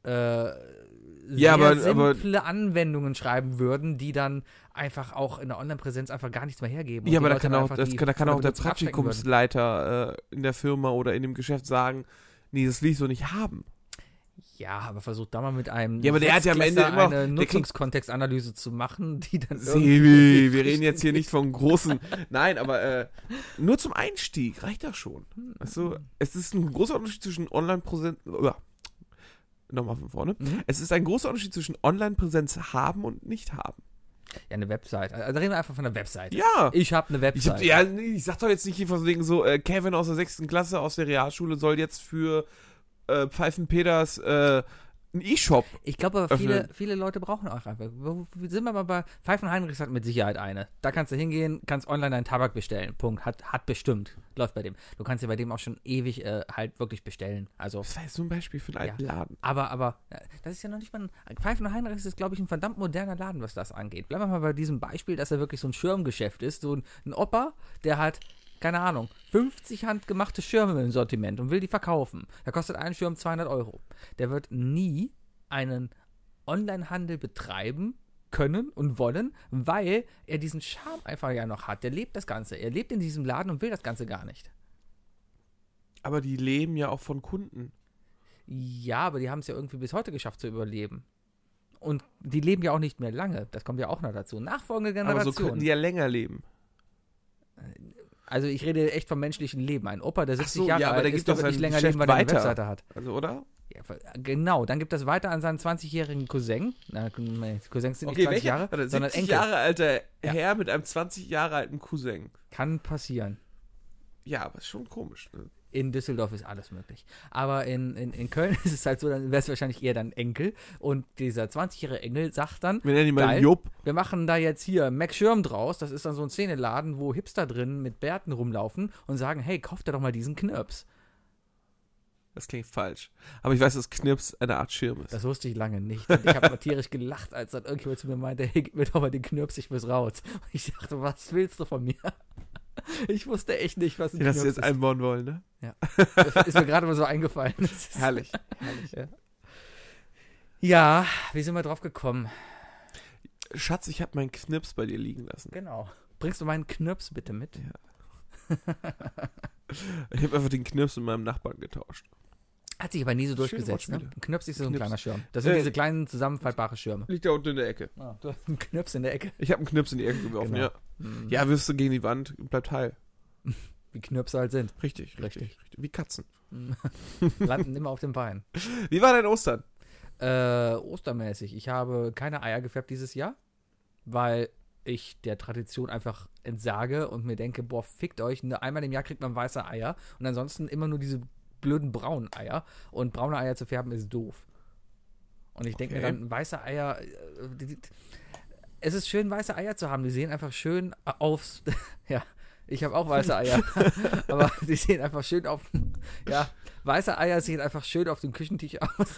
simple Anwendungen schreiben würden, die dann einfach auch in der Online-Präsenz einfach gar nichts mehr hergeben. Ja, Und aber die da Leute kann auch der Benutzung abschrecken würden. Praktikumsleiter in der Firma oder in dem Geschäft sagen, nee, das will ich so nicht haben. Ja, aber versuch da mal mit einem Ja, aber der hat ja am Ende Sechstklässler immer- eine der kriegt- Nutzungskontextanalyse zu machen, die dann Sebi, wir reden jetzt hier nicht von großen. Nein, aber nur zum Einstieg reicht das schon. Also, es ist ein großer Unterschied zwischen Online-Präsenz. Nochmal von vorne. Mhm. Es ist ein großer Unterschied zwischen Online-Präsenz haben und nicht haben. Ja, eine Website. Also reden wir einfach von der Website. Ja. Ich habe eine Website. Ich sag doch jetzt nicht hier von wegen so, Kevin aus der 6. Klasse aus der Realschule soll jetzt für Pfeifen Peters einen E-Shop. Ich glaube aber, öffnen. viele Leute brauchen auch einfach. Sind wir mal bei Pfeifen Heinrichs hat mit Sicherheit eine. Da kannst du hingehen, kannst online deinen Tabak bestellen. Punkt. Hat bestimmt. Läuft bei dem. Du kannst ja bei dem auch schon ewig halt wirklich bestellen. Also, Das war jetzt so ein Beispiel für einen alten Laden. aber das ist ja noch nicht mal Pfeifen Heinrichs ist, glaube ich, ein verdammt moderner Laden, was das angeht. Bleiben wir mal bei diesem Beispiel, dass er wirklich so ein Schirmgeschäft ist. So ein Opa, der hat, keine Ahnung, 50 handgemachte Schirme im Sortiment und will die verkaufen. Da kostet ein Schirm 200 Euro. Der wird nie einen Onlinehandel betreiben können und wollen, weil er diesen Charme einfach ja noch hat. Der lebt das Ganze. Er lebt in diesem Laden und will das Ganze gar nicht. Aber die leben ja auch von Kunden. Ja, aber die haben es ja irgendwie bis heute geschafft zu überleben. Und die leben ja auch nicht mehr lange. Das kommt ja auch noch dazu. Nachfolgende Aber so Generation. könnten die ja länger leben. Also ich rede echt vom menschlichen Leben. Ein Opa, der 70 Jahre aber alt der ist, gibt der doch wird nicht sein länger Geschäft leben, weil er eine weiter. Webseite hat. Also, oder? Ja, genau, dann gibt das weiter an seinen 20-jährigen Cousin. Cousins sind nicht 20 Jahre, sondern 70 Enkel. Jahre alter Herr mit einem 20 Jahre alten Cousin. Kann passieren. Ja, aber ist schon komisch. Ne? In Düsseldorf ist alles möglich. Aber in Köln ist es halt so, dann wäre es wahrscheinlich eher dann Enkel. Und dieser 20-jährige Enkel sagt dann, Wir nennen ihn mal geil, Jupp. wir machen da jetzt hier Mac Schirm draus. Das ist dann so ein Szeneladen, wo Hipster drin mit Bärten rumlaufen und sagen, hey, kauft dir doch mal diesen Knirps. Das klingt falsch. Aber ich weiß, dass Knirps eine Art Schirm ist. Das wusste ich lange nicht. Und ich habe mal tierisch gelacht, als dann irgendjemand zu mir meinte, hey, gib mir doch mal den Knirps, ich muss raus. Und ich dachte, was willst du von mir? Ich wusste echt nicht, was ein Dass Knirps sie jetzt ist. einbauen wollen, ne? Ja. Das ist mir gerade mal so eingefallen. Herrlich. Ja, wie sind wir drauf gekommen? Schatz, ich habe meinen Knirps bei dir liegen lassen. Genau. Bringst du meinen Knirps bitte mit? Ja. Ich habe einfach den Knirps mit meinem Nachbarn getauscht. Hat sich aber nie so durchgesetzt, ne? Wortspiele. Ein Knirps ist so ein Knirps. kleiner Schirm. Das sind diese kleinen zusammenfaltbare Schirme. Liegt da unten in der Ecke. Ah, du hast einen Knirps in der Ecke. Ich habe einen Knips in die Ecke geworfen, Genau. ja. Mhm. Ja, wirfst du gegen die Wand, bleibt heil. Wie Knirpse halt sind. Richtig. Wie Katzen. Landen immer auf dem Bein. Wie war dein Ostern? Ostermäßig. Ich habe keine Eier gefärbt dieses Jahr, weil ich der Tradition einfach entsage und mir denke, boah, fickt euch, einmal im Jahr kriegt man weiße Eier und ansonsten immer nur diese blöden braunen Eier. Und braune Eier zu färben ist doof. Und ich denke mir dann, weiße Eier, es ist schön, weiße Eier zu haben. Die sehen einfach schön aufs, ja, ich habe auch weiße Eier, aber die sehen einfach schön auf, ja, weiße Eier sehen einfach schön auf dem Küchentisch aus.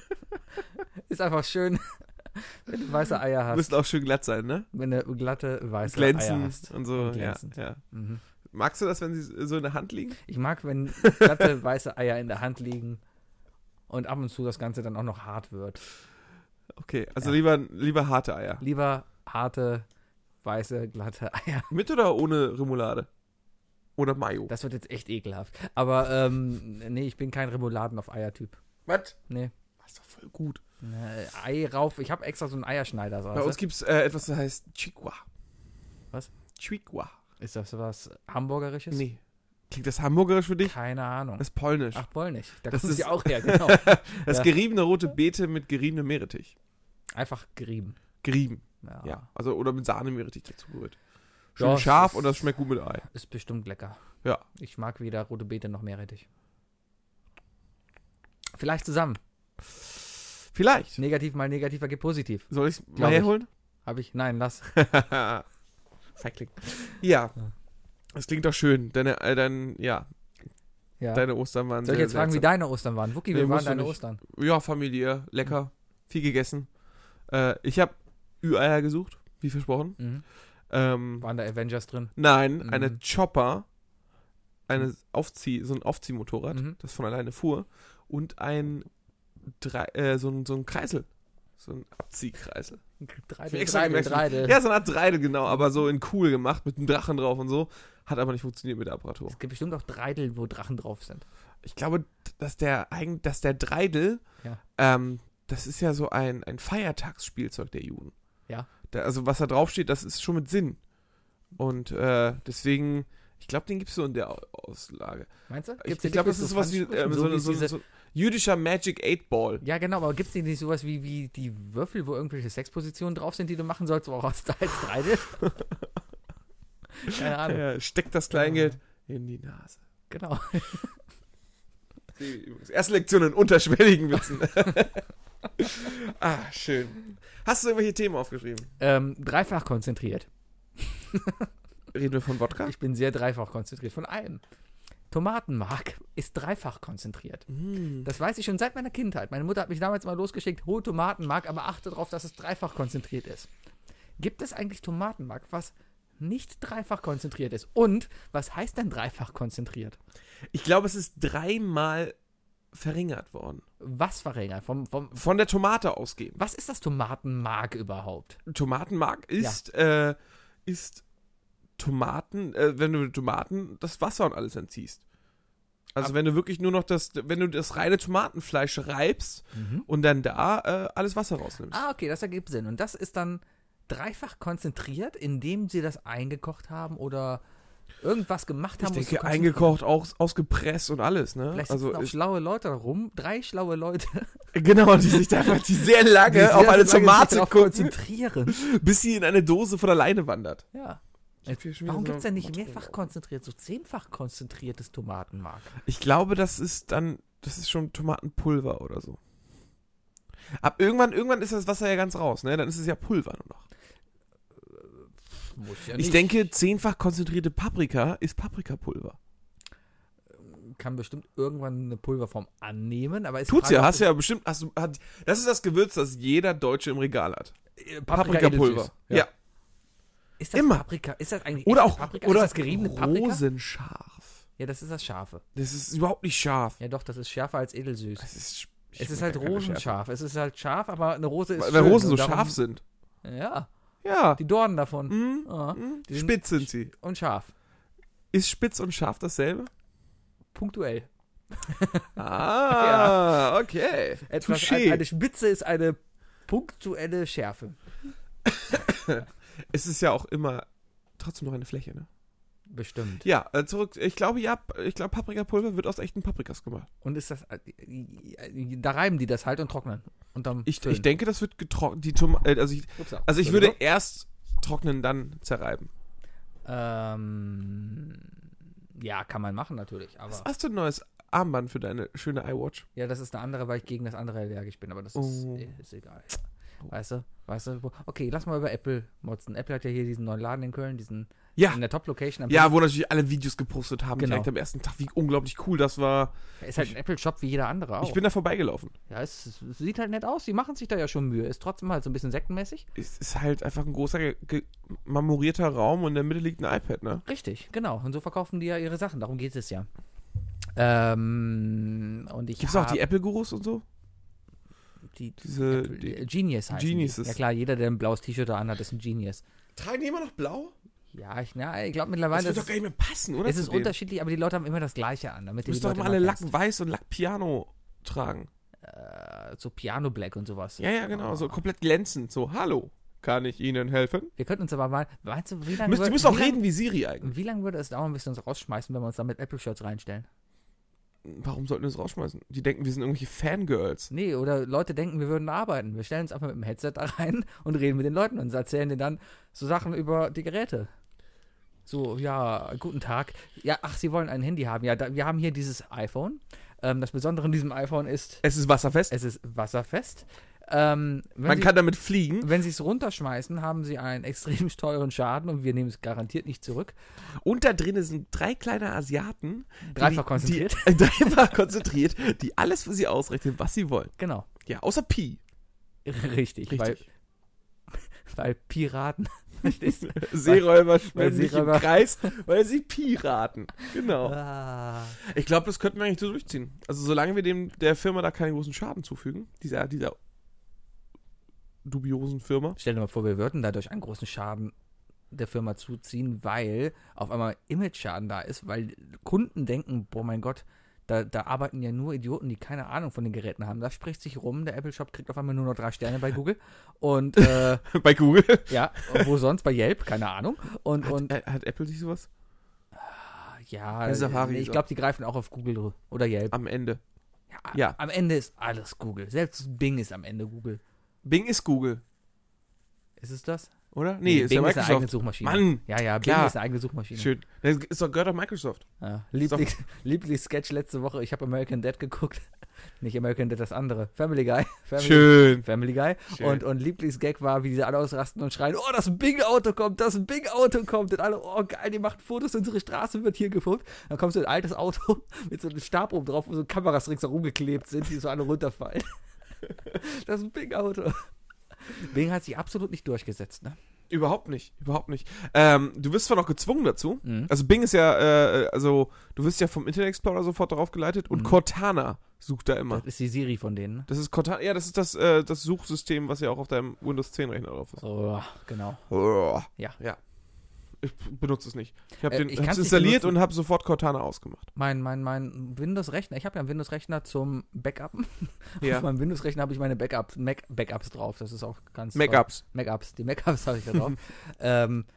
Ist einfach schön, wenn du weiße Eier hast. Müssen auch schön glatt sein, ne? Wenn du glatte, weiße Eier Glänzen hast. und so. Und glänzend. Ja. Mhm. Magst du das, wenn sie so in der Hand liegen? Ich mag, wenn glatte, weiße Eier in der Hand liegen und ab und zu das Ganze dann auch noch hart wird. Okay, also Ja. lieber harte Eier. Lieber harte, weiße, glatte Eier. Mit oder ohne Remoulade? Oder Mayo? Das wird jetzt echt ekelhaft. Aber, nee, ich bin kein Remouladen auf Eier-Typ. Was? Nee. Das ist doch voll gut. Ei rauf. Ich habe extra so einen Eierschneider. Bei uns gibt es etwas, das heißt Chihuahua. Was? Chihuahua. Ist das was Hamburgerisches? Nee. Klingt das hamburgerisch für dich? Keine Ahnung. Das ist polnisch. Ach, polnisch. Da Das kommt sie ist- auch her, genau. Das Ja. geriebene rote Beete mit geriebenem Meerrettich. Einfach gerieben. Gerieben. Ja. Ja. Also, oder mit Sahne-Meerrettich dazu gerührt. Schön Ja, scharf es und das schmeckt gut mit Ei. Ist bestimmt lecker. Ja. Ich mag weder rote Beete noch Meerrettich. Vielleicht zusammen. Vielleicht. Negativ mal negativ ergibt positiv. Soll ich es Glaub mal ich. herholen? Habe ich? Nein, lass. Feigling. Ja. Ja. Das klingt doch schön. Deine Ja. Ostern waren Soll ich sehr jetzt fragen, wie seltsam. deine Ostern waren? Wookie, Nee, wie waren musst du deine nicht. Ostern? Ja, familiär. Lecker. Viel gegessen. Ich habe Ü-Eier gesucht, wie versprochen. Mhm. Waren Waren da Avengers drin? Nein, Mhm. eine Chopper, so ein Aufziehmotorrad, Mhm. das von alleine fuhr, und so ein Kreisel. So ein Abziehkreisel. Ich hab extra gemerkt, Dreidel. Ja, so eine Art Dreidel, genau, aber so in cool gemacht, mit einem Drachen drauf und so. Hat aber nicht funktioniert mit der Apparatur. Es gibt bestimmt auch Dreidel, wo Drachen drauf sind. Ich glaube, dass der Dreidel, Ja. das ist ja so ein Feiertagsspielzeug der Juden. Ja. Also was da draufsteht, das ist schon mit Sinn. Und deswegen, ich glaube, den gibt es so in der Auslage. Meinst du? Ich Gibt's glaube, das ist sowas wie so jüdischer Magic 8 Ball. Ja, genau, aber gibt es nicht sowas wie die Würfel, wo irgendwelche Sexpositionen drauf sind, die du machen sollst, auch als Dreidel? Keine Ahnung. Ja, steckt das Kleingeld in die Nase. Genau. Erste Lektion in unterschwelligen Witzen. Schön. Hast du irgendwelche Themen aufgeschrieben? Dreifach konzentriert. Reden wir von Wodka? Ich bin sehr dreifach konzentriert. Von allem. Tomatenmark ist dreifach konzentriert. Das weiß ich schon seit meiner Kindheit. Meine Mutter hat mich damals mal losgeschickt, hol Tomatenmark, aber achte darauf, dass es dreifach konzentriert ist. Gibt es eigentlich Tomatenmark, was nicht dreifach konzentriert ist? Und was heißt denn dreifach konzentriert? Ich glaube, es ist 3-mal verringert worden. Was verringert? Von der Tomate ausgehend. Was ist das Tomatenmark überhaupt? Tomatenmark ist Tomaten, wenn du Tomaten das Wasser und alles entziehst. Also wenn du wirklich nur noch wenn du das reine Tomatenfleisch reibst und dann da alles Wasser rausnimmst. Ah, okay, das ergibt Sinn. Und das ist dann dreifach konzentriert, indem sie das eingekocht haben oder irgendwas gemacht haben. Ich denke, eingekocht, ausgepresst und alles, ne? Vielleicht sitzen auch schlaue Leute rum, 3 schlaue Leute. Genau, die sich da einfach sehr lange auf eine Tomate konzentrieren. Bis sie in eine Dose von alleine wandert. Ja. Warum gibt es denn nicht mehrfach konzentriert, so 10-fach konzentriertes Tomatenmark? Ich glaube, das ist schon Tomatenpulver oder so. Ab irgendwann ist das Wasser ja ganz raus, ne? Dann ist es ja Pulver nur noch. Muss ja ich denke, 10-fach konzentrierte Paprika ist Paprikapulver. Kann bestimmt irgendwann eine Pulverform annehmen, aber tut's ja, hast ja bestimmt, das ist das Gewürz, das jeder Deutsche im Regal hat. Paprikapulver. Ja. Ist das immer Paprika? Ist das eigentlich oder auch Paprika? Oder ist das geriebene Paprika? Rosenscharf. Ja, das ist das Scharfe. Das ist überhaupt nicht scharf. Ja doch, das ist schärfer als edelsüß. Es ist halt keine rosenscharf. Es ist halt scharf, aber eine Rose ist weil schön. Rosen so scharf sind. Ja. Ja. Die Dornen davon. Spitz sind sie. Und scharf. Ist spitz und scharf dasselbe? Punktuell. Ja. Okay. Eine Spitze ist eine punktuelle Schärfe. Es ist ja auch immer trotzdem noch eine Fläche, ne? Bestimmt. Ja, zurück. Ich glaube, Paprikapulver wird aus echten Paprikas gemacht. Und ist das. Da reiben die das halt und trocknen. Und dann ich denke, das wird getrocknet. Ich würde erst trocknen, dann zerreiben. Ja, kann man machen natürlich. Aber was hast du ein neues Armband für deine schöne iWatch? Ja, das ist eine andere, weil ich gegen das andere allergisch bin. Aber das ist egal. Weißt du? Okay, lass mal über Apple motzen. Apple hat ja hier diesen neuen Laden in Köln, in der Top-Location. Ja, wo natürlich alle Videos gepostet haben, genau. Direkt am ersten Tag, wie unglaublich cool das war. Ist halt ein Apple-Shop wie jeder andere auch. Ich bin da vorbeigelaufen. Ja, es sieht halt nett aus. Die machen sich da ja schon Mühe. Ist trotzdem halt so ein bisschen sektenmäßig. Es ist halt einfach ein großer, marmorierter Raum und in der Mitte liegt ein iPad, ne? Richtig, genau. Und so verkaufen die ja ihre Sachen. Darum geht es ja. Gibt es auch die Apple-Gurus und so? Diese Genius heißen Geniuses. Die. Ja klar, jeder, der ein blaues T-Shirt da anhat, ist ein Genius. Tragen die immer noch blau? Ja, ich glaube mittlerweile... Das wird doch gar nicht mehr passen, oder? Es ist unterschiedlich, aber die Leute haben immer das Gleiche an. Damit du musst doch immer alle Lack Weiß und Lack Piano tragen. So Piano Black und sowas. Ja, genau. So komplett glänzend. So, hallo, kann ich Ihnen helfen? Wir könnten uns aber mal... Meinst du, wie lange... Du musst auch reden wie Siri eigentlich. Wie lange würde es dauern, bis wir uns rausschmeißen, wenn wir uns da mit Apple-Shirts reinstellen? Warum sollten wir uns rausschmeißen? Die denken, wir sind irgendwelche Fangirls. Nee, oder Leute denken, wir würden arbeiten. Wir stellen uns einfach mit dem Headset da rein und reden mit den Leuten und erzählen denen dann so Sachen über die Geräte. So, ja, guten Tag. Ja, sie wollen ein Handy haben. Ja, wir haben hier dieses iPhone. Das Besondere an diesem iPhone ist... Es ist wasserfest. Man kann damit fliegen. Wenn sie es runterschmeißen, haben sie einen extrem teuren Schaden und wir nehmen es garantiert nicht zurück. Und da drin sind 3 kleine Asiaten. Dreifach konzentriert, die alles für sie ausrechnen, was sie wollen. Genau. Ja, außer Pi. Richtig. Weil Piraten... Seeräuber schwimmen sich im Kreis, weil sie Piraten. Genau. Ich glaube, das könnten wir eigentlich so durchziehen. Also solange wir der Firma da keinen großen Schaden zufügen, dieser dubiosen Firma. Stell dir mal vor, wir würden dadurch einen großen Schaden der Firma zuziehen, weil auf einmal Image-Schaden da ist, weil Kunden denken, boah mein Gott, da arbeiten ja nur Idioten, die keine Ahnung von den Geräten haben. Das spricht sich rum, der Apple Shop kriegt auf einmal nur noch 3 Sterne bei Google. Und bei Google? Ja, wo sonst? Bei Yelp? Keine Ahnung. Hat Apple sich sowas? Ja, ich glaube, die greifen auch auf Google oder Yelp. Am Ende. Ja, am Ende ist alles Google. Selbst Bing ist am Ende Google. Bing ist Google. Ist es das? Oder? Nee, ist ja Bing Microsoft. ist eine eigene Suchmaschine. Mann! Ja, Bing ist eine eigene Suchmaschine. Schön. Das ist doch gehört auf Microsoft. Ja. Lieblingssketch letzte Woche, ich habe American Dad geguckt. Nicht American Dad, das andere. Family Guy. Schön. Family Guy. Schön. Und Lieblingsgag war, wie die alle ausrasten und schreien, oh, das Bing-Auto kommt. Und alle, oh geil, die machen Fotos, unsere Straße wird hier gefilmt. Dann kommt so ein altes Auto mit so einem Stab oben drauf, wo so Kameras ringsherum geklebt sind, die so alle runterfallen. Das Bing-Auto. Bing hat sich absolut nicht durchgesetzt, ne? Überhaupt nicht. Du wirst zwar noch gezwungen dazu. Also Bing ist ja, du wirst ja vom Internet Explorer sofort darauf geleitet und Cortana sucht da immer. Das ist die Siri von denen, ne? Das ist Cortana, ja, das ist das Suchsystem, was ja auch auf deinem Windows 10 Rechner drauf ist. Oh, genau. Ja. Ich benutze es nicht. Ich habe ich es installiert und habe sofort Cortana ausgemacht. Mein Windows-Rechner, ich habe ja einen Windows-Rechner zum Backuppen. Ja. Auf meinem Windows-Rechner habe ich meine Mac-Backups drauf. Das ist auch ganz Mac-Ups. Die Mac-Ups habe ich da drauf.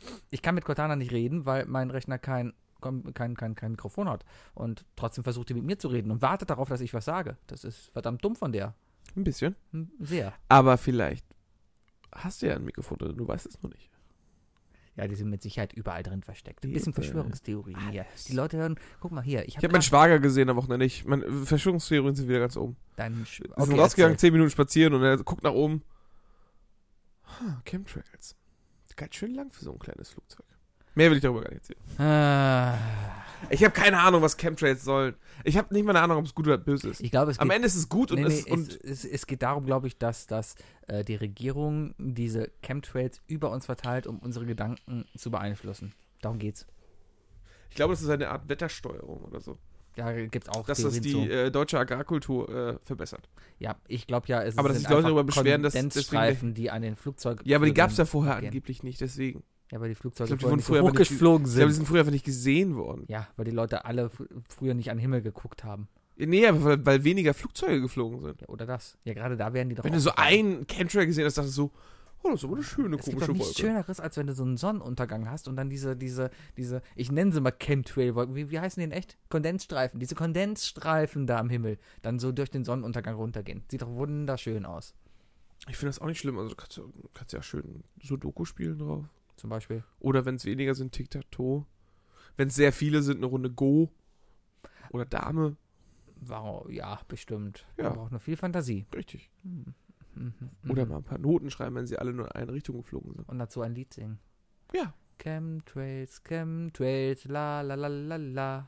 Ich kann mit Cortana nicht reden, weil mein Rechner kein Mikrofon hat. Und trotzdem versucht die mit mir zu reden und wartet darauf, dass ich was sage. Das ist verdammt dumm von der. Ein bisschen. Sehr. Aber vielleicht hast du ja ein Mikrofon drin, du weißt es noch nicht. Ja, die sind mit Sicherheit überall drin versteckt. Ein bisschen Verschwörungstheorien hier. Die Leute hören, guck mal hier. Ich habe meinen Schwager gesehen am Wochenende. Verschwörungstheorien sind wieder ganz oben. Wir sind rausgegangen, 10 Minuten spazieren und er guckt nach oben. Chemtrails. Ganz schön lang für so ein kleines Flugzeug. Mehr will ich darüber gar nicht erzählen. Ich habe keine Ahnung, was Chemtrails sollen. Ich habe nicht mal eine Ahnung, ob es gut oder böse ist. Ich glaube, am Ende ist es gut es geht darum, glaube ich, dass die Regierung diese Chemtrails über uns verteilt, um unsere Gedanken zu beeinflussen. Darum geht's. Ich glaube, das ist eine Art Wettersteuerung oder so. Ja, gibt's auch. Dass das die deutsche Agrarkultur verbessert. Ja, ich glaube ja, es aber sind dass sich Leute darüber beschweren, dass Kondensstreifen, die an den Flugzeugen. Ja, aber die gab es ja vorher angeblich nicht, deswegen. Ja, weil die Flugzeuge vorher nicht so hochgeflogen sind. Ich glaube, die sind früher einfach nicht gesehen worden. Ja, weil die Leute alle früher nicht an den Himmel geguckt haben. Nee, aber weil weniger Flugzeuge geflogen sind. Ja, oder das. Ja, gerade da werden die doch. Wenn du so einen Chemtrail gesehen hast, dachtest du so, oh, das ist aber eine schöne, komische Wolke. Es gibt nichts Schöneres, als wenn du so einen Sonnenuntergang hast und dann diese, ich nenne sie mal Chemtrail-Wolken, wie heißen die denn echt? Kondensstreifen. Diese Kondensstreifen da am Himmel dann so durch den Sonnenuntergang runtergehen. Sieht doch wunderschön aus. Ich finde das auch nicht schlimm. Also du kannst ja schön Sudoku spielen drauf. Zum Beispiel. Oder wenn es weniger sind, Tic-Tac-Toe. Wenn es sehr viele sind, eine Runde Go. Oder Dame. Wow, ja, bestimmt. Ja. Man braucht noch viel Fantasie. Richtig. Oder mal ein paar Noten schreiben, wenn sie alle nur in eine Richtung geflogen sind. Und dazu ein Lied singen. Ja. Chemtrails, la la la la la.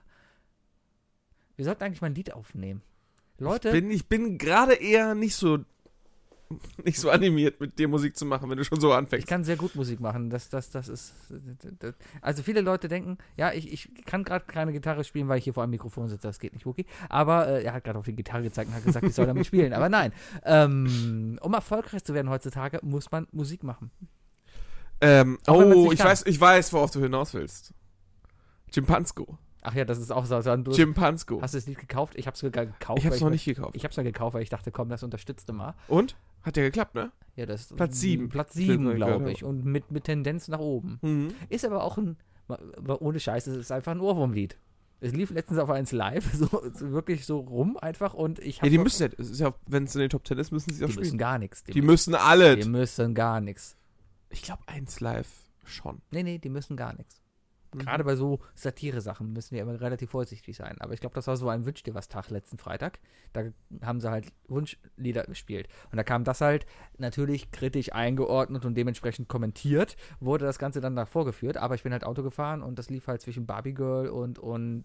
Wir sollten eigentlich mal ein Lied aufnehmen. Leute. Ich bin gerade eher nicht so animiert, mit dir Musik zu machen, wenn du schon so anfängst. Ich kann sehr gut Musik machen. Das ist. Also viele Leute denken, ja, ich kann gerade keine Gitarre spielen, weil ich hier vor einem Mikrofon sitze. Das geht nicht, Wookie. Aber er hat gerade auf die Gitarre gezeigt und hat gesagt, ich soll damit spielen. Aber nein. Um erfolgreich zu werden heutzutage, muss man Musik machen. Ich weiß, worauf du hinaus willst. Chimpansko. Ach ja, das ist auch so. Chimpansko. Hast du es nicht gekauft? Ich habe es sogar gekauft. Ich habe es noch nicht gekauft. Ich habe es mal gekauft, weil ich dachte, komm, das unterstützt du mal. Und? Hat ja geklappt, ne? Ja, das Platz 7. Platz 7, glaube ich. Und mit Tendenz nach oben. Mhm. Ist aber auch ohne Scheiß, es ist einfach ein Ohrwurmlied. Es lief letztens auf 1 Live, so wirklich so rum einfach und ich habe. Ja, die müssen ja, es ist ja, wenn es in den Top 10 ist, müssen sie auch spielen. Die müssen gar nichts. Die müssen alle. Die müssen gar nichts. Ich glaube 1 Live schon. Nee, die müssen gar nichts. Gerade bei so Satire-Sachen müssen wir immer relativ vorsichtig sein. Aber ich glaube, das war so ein Wünsch-dir-was-Tag letzten Freitag. Da haben sie halt Wunschlieder gespielt. Und da kam das halt natürlich kritisch eingeordnet und dementsprechend kommentiert, wurde das Ganze dann da vorgeführt. Aber ich bin halt Auto gefahren und das lief halt zwischen Barbie Girl und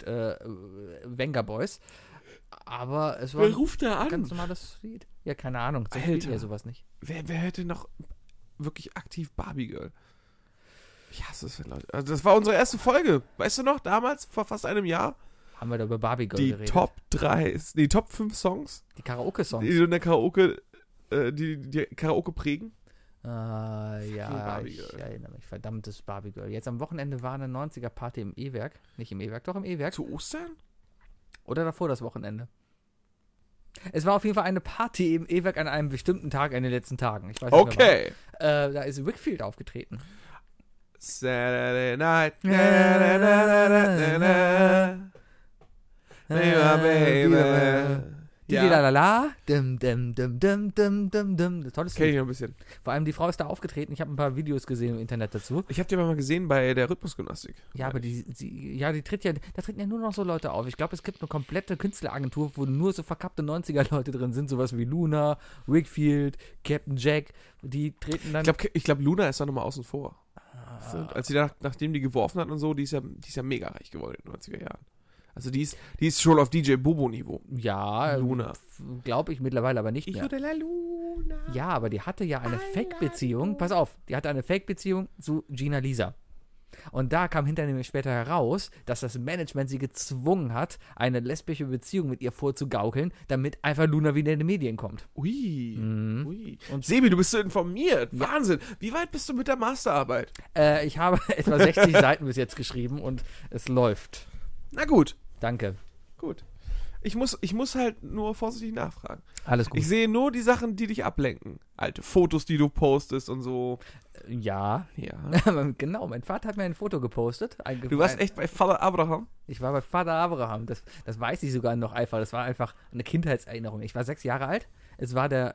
Venga Boys. Aber es war Wer ruft da an? Ein ganz normales Lied. Ja, keine Ahnung. So spielt ja sowas nicht. Wer hätte noch wirklich aktiv Barbie Girl? Ich hasse es, wenn Leute. Also das war unsere erste Folge. Weißt du noch, damals, vor fast einem Jahr? Haben wir da über Barbie Girl geredet. Die Top 5 Songs. Die Karaoke-Songs. Die in der Karaoke, die Karaoke prägen. Ja, ich erinnere mich. Verdammtes Barbie Girl. Jetzt am Wochenende war eine 90er-Party im E-Werk. Nicht im E-Werk, doch im E-Werk. Zu Ostern? Oder davor das Wochenende. Es war auf jeden Fall eine Party im E-Werk an einem bestimmten Tag in den letzten Tagen. Ich weiß nicht okay. Da ist Wickfield aufgetreten. Saturday night. La. Tolles Kenn ich Lied. noch ein bisschen. Vor allem die Frau ist da aufgetreten. Ich habe ein paar Videos gesehen im Internet dazu. Ich habe die mal gesehen bei der Rhythmusgymnastik. Ja, aber da treten ja nur noch so Leute auf. Ich glaube, es gibt eine komplette Künstleragentur, wo nur so verkappte 90er-Leute drin sind. Sowas wie Luna, Wickfield, Captain Jack. Die treten dann. Ich glaube, Luna ist da nochmal außen vor. Als sie nachdem die geworfen hat und so, die ist ja mega reich geworden in den 90er Jahren. Also die ist schon auf DJ Bobo-Niveau. Ja, Luna. Glaube ich mittlerweile aber nicht mehr. La Luna. Ja, aber die hatte ja eine Fake-Beziehung. Pass auf, die hatte eine Fake-Beziehung zu Gina Lisa. Und da kam hinterher später heraus, dass das Management sie gezwungen hat, eine lesbische Beziehung mit ihr vorzugaukeln, damit einfach Luna wieder in die Medien kommt. Ui. Ui. Und Sebi, du bist so informiert. Ja. Wahnsinn. Wie weit bist du mit der Masterarbeit? Ich habe etwa 60 Seiten bis jetzt geschrieben und es läuft. Na gut. Danke. Gut. Ich muss halt nur vorsichtig nachfragen. Alles gut. Ich sehe nur die Sachen, die dich ablenken. Alte Fotos, die du postest und so. Ja. Genau, mein Vater hat mir ein Foto gepostet. Du warst echt bei Vater Abraham? Ich war bei Vater Abraham. Das weiß ich sogar noch einfach. Das war einfach eine Kindheitserinnerung. Ich war 6 Jahre alt. Es war der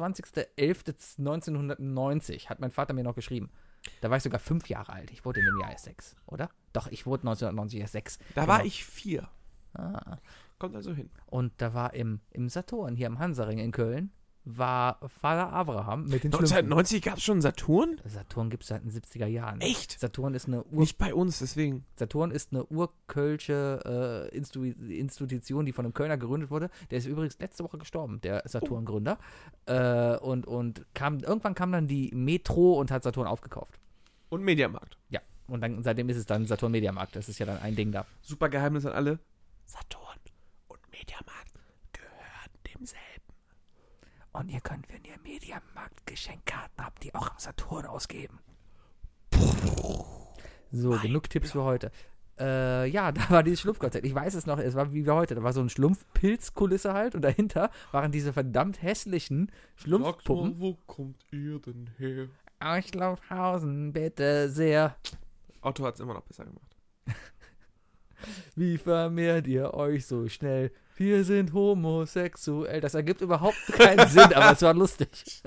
29.11.1990, hat mein Vater mir noch geschrieben. Da war ich sogar 5 Jahre alt. Ich wurde in dem Jahr erst 6, oder? Doch, ich wurde 1990 erst 6. Da genau. war ich 4. Ah. Kommt also hin. Und da war im Saturn, hier am Hansaring in Köln, war Vater Abraham mit den Schlümpfen. 1990 gab es schon Saturn? Saturn gibt es seit den 70er Jahren. Echt? Saturn ist eine Nicht bei uns, deswegen. Saturn ist eine urkölsche Institution, die von einem Kölner gegründet wurde. Der ist übrigens letzte Woche gestorben, der Saturn-Gründer. Und irgendwann kam dann die Metro und hat Saturn aufgekauft. Und Mediamarkt. Ja, und seitdem ist es dann Saturn Mediamarkt. Das ist ja dann ein Ding da. Super Geheimnis an alle. Saturn und Mediamarkt gehören demselben. Und ihr könnt, wenn ihr Mediamarkt Geschenkkarten habt, die auch am Saturn ausgeben. So, genug Tipps für heute. Ja, da war dieses Schlumpfkonzert. Ich weiß es noch, es war wie wir heute. Da war so ein Schlumpfpilzkulisse halt und dahinter waren diese verdammt hässlichen Schlumpfpuppen. Sagt mal, wo kommt ihr denn her? Aus Laufhausen, bitte sehr. Otto hat es immer noch besser gemacht. Wie vermehrt ihr euch so schnell? Wir sind homosexuell. Das ergibt überhaupt keinen Sinn, aber es war lustig.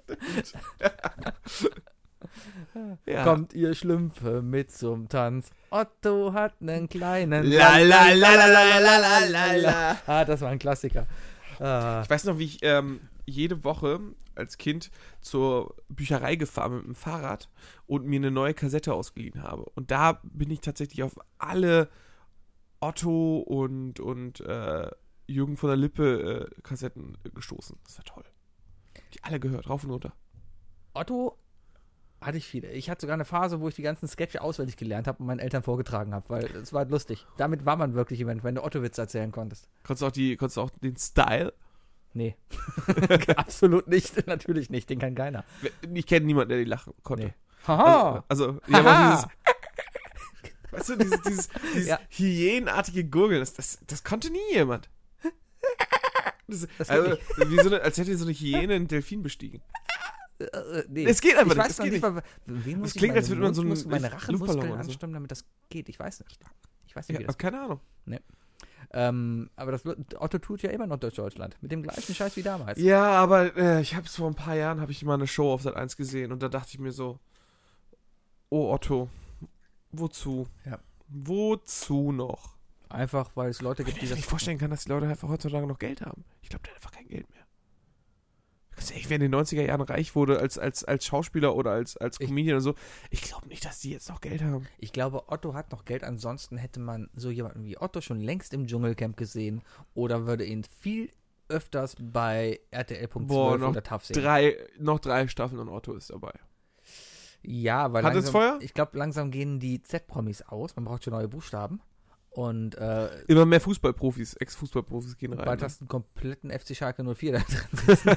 Ja. Kommt ihr Schlümpfe mit zum Tanz? Otto hat einen kleinen... La la la la la la la la la. Ah, das war ein Klassiker. Ich weiß noch, wie ich jede Woche als Kind zur Bücherei gefahren mit dem Fahrrad und mir eine neue Kassette ausgeliehen habe. Und da bin ich tatsächlich auf alle Otto und Jürgen von der Lippe Kassetten gestoßen. Das war toll. Die alle gehört, rauf und runter. Otto hatte ich viele. Ich hatte sogar eine Phase, wo ich die ganzen Sketche auswendig gelernt habe und meinen Eltern vorgetragen habe, weil es war lustig. Damit war man wirklich jemand, wenn du Otto-Witze erzählen konntest. Konntest du auch den Style? Nee. Absolut nicht. Natürlich nicht. Den kann keiner. Ich kenne niemanden, der die lachen konnte. Nee. Haha. Also die haben auch dieses... Weißt du, dieses ja. Hyänenartige Gurgeln, das konnte nie jemand. Das also, wie als hätte so eine Hyäne einen Delfin bestiegen. Nee. Es geht einfach nicht. Das geht nicht. Das klingt, als würde man so einen meine Rachemuskeln anstimmen, damit das geht. Ich weiß nicht. Wie das geht. Keine Ahnung. Nee. Aber Otto tut ja immer noch durch Deutschland. Mit dem gleichen Scheiß wie damals. Ja, aber ich habe es vor ein paar Jahren, habe ich mal eine Show auf Sat.1 gesehen und da dachte ich mir so, oh Otto, wozu? Ja. Wozu noch? Einfach, weil es Leute gibt, die das... Ich mir nicht vorstellen kann, dass die Leute einfach heutzutage noch Geld haben. Ich glaube, der hat einfach kein Geld mehr. Ganz ehrlich, wer in den 90er Jahren reich wurde als Schauspieler oder als Comedian oder so, ich glaube nicht, dass die jetzt noch Geld haben. Ich glaube, Otto hat noch Geld, ansonsten hätte man so jemanden wie Otto schon längst im Dschungelcamp gesehen oder würde ihn viel öfters bei RTL.12 oder TAF sehen. Noch 3 Staffeln und Otto ist dabei. Ja, weil hat es Feuer? Ich glaube, langsam gehen die Z-Promis aus. Man braucht schon neue Buchstaben. Und immer mehr Fußballprofis, Ex-Fußballprofis gehen rein. Bald hast du einen kompletten FC Schalke 04 da drin sitzen.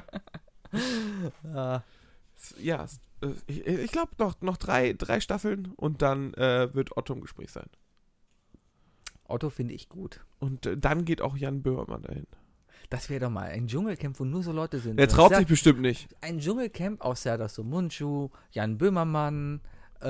Ja, ich glaube noch 3 Staffeln und dann wird Otto im Gespräch sein. Otto finde ich gut. Und dann geht auch Jan Böhmermann dahin. Das wäre doch mal ein Dschungelcamp, wo nur so Leute sind. Der traut sich bestimmt nicht. Ein Dschungelcamp aus Serdar Somuncu, Jan Böhmermann,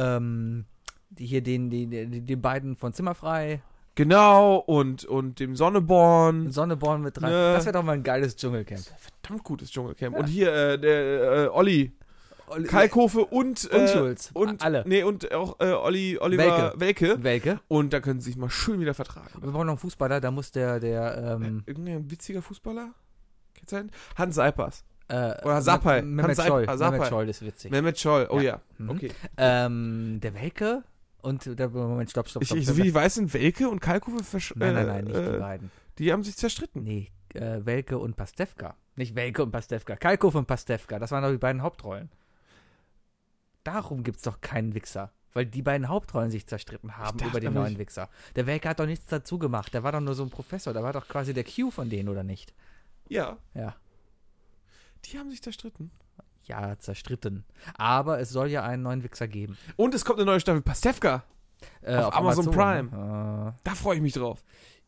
die beiden von Zimmerfrei. Genau, und dem Sonneborn. Sonneborn mit 3. Ja. Das wäre doch mal ein geiles Dschungelcamp. Verdammt gutes Dschungelcamp. Ja. Und hier der Olli. Kalkofe und Schulz. Und alle. Nee, und auch Oliver Welke. Und da können sie sich mal schön wieder vertragen. Wir brauchen noch einen Fußballer, da muss der irgendein witziger Fußballer? Hans Seipers. Oder Sapai. Mehmet Scholl ist witzig. Mehmet Scholl, oh ja. Okay. Der Welke und der Moment, stopp. So wie ich weiß, sind Welke und Kalkofe Nein, nicht die beiden. Die haben sich zerstritten. Nee, Welke und Pastewka. Nicht Welke und Pastewka. Kalkofe und Pastewka, das waren doch die beiden Hauptrollen. Darum gibt's doch keinen Wichser. Weil die beiden Hauptrollen sich zerstritten haben über den neuen Wichser. Der Welke hat doch nichts dazu gemacht. Der war doch nur so ein Professor. Der war doch quasi der Q von denen, oder nicht? Ja. Ja. Die haben sich zerstritten. Ja, zerstritten. Aber es soll ja einen neuen Wichser geben. Und es kommt eine neue Staffel Pastewka. Auf Amazon Prime. Da freue ich mich drauf.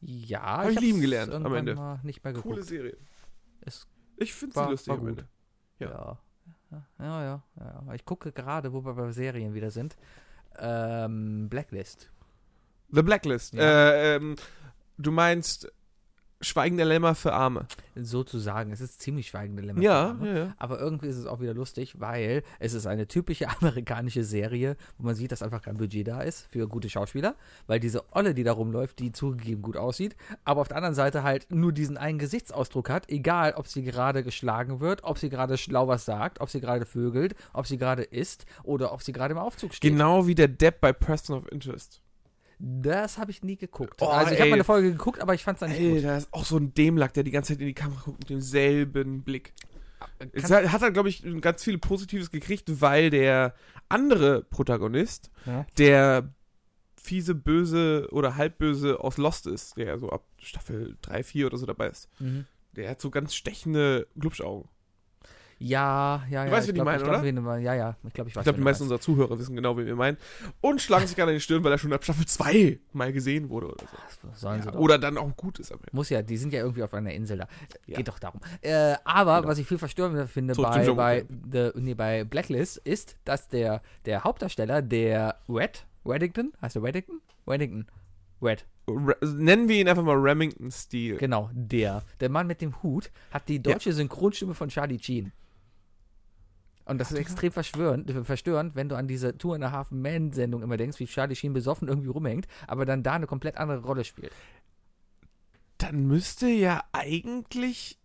Ja, Habe ich lieben gelernt am irgendwann Ende. mal nicht mehr geguckt. Coole Serie. Ich finde war- sie lustig war am gut. Ende. Ja. Ich gucke gerade, wo wir bei Serien wieder sind. Blacklist. The Blacklist. Ja. Du meinst Schweigende Lämmer für Arme. Sozusagen. Es ist ziemlich Schweigende Lämmer. Ja. Aber irgendwie ist es auch wieder lustig, weil es ist eine typische amerikanische Serie, wo man sieht, dass einfach kein Budget da ist für gute Schauspieler, weil diese Olle, die da rumläuft, die zugegeben gut aussieht, aber auf der anderen Seite halt nur diesen einen Gesichtsausdruck hat, egal ob sie gerade geschlagen wird, ob sie gerade schlau was sagt, ob sie gerade vögelt, ob sie gerade isst oder ob sie gerade im Aufzug steht. Genau wie der Depp bei Person of Interest. Das habe ich nie geguckt. Oh, also ich habe mal eine Folge geguckt, aber ich fand es dann nicht gut. Da ist auch so ein Dämlack, der die ganze Zeit in die Kamera guckt mit demselben Blick. Es hat er, glaube ich, ganz viel Positives gekriegt, weil der andere Protagonist, der fiese, böse oder halbböse aus Lost ist, der so ab Staffel 3, 4 oder so dabei ist. Mhm. Der hat so ganz stechende Glubschaugen. Ja. Du weißt, wen ich meine, oder? Ich glaube, Ich glaube, die meisten unserer Zuhörer wissen genau, wen wir meinen. Und schlagen sich gerade in die Stirn, weil er schon ab Staffel 2 mal gesehen wurde oder so. Sollen sie doch. Oder dann auch gut ist am Ende. Muss ja, die sind ja irgendwie auf einer Insel da. Ja. Geht doch darum. Aber Genau. was ich viel verstörender finde Zurück zum bei Blacklist ist, dass der Hauptdarsteller, der Reddington, heißt der Reddington? Red. Nennen wir ihn einfach mal Remington Steele. Genau, der Mann mit dem Hut hat die deutsche Synchronstimme von Charlie Sheen. Und das ist extrem verstörend, wenn du an diese Two and a Half Men Sendung immer denkst, wie Charlie Sheen besoffen irgendwie rumhängt, aber dann da eine komplett andere Rolle spielt. Dann müsste ja eigentlich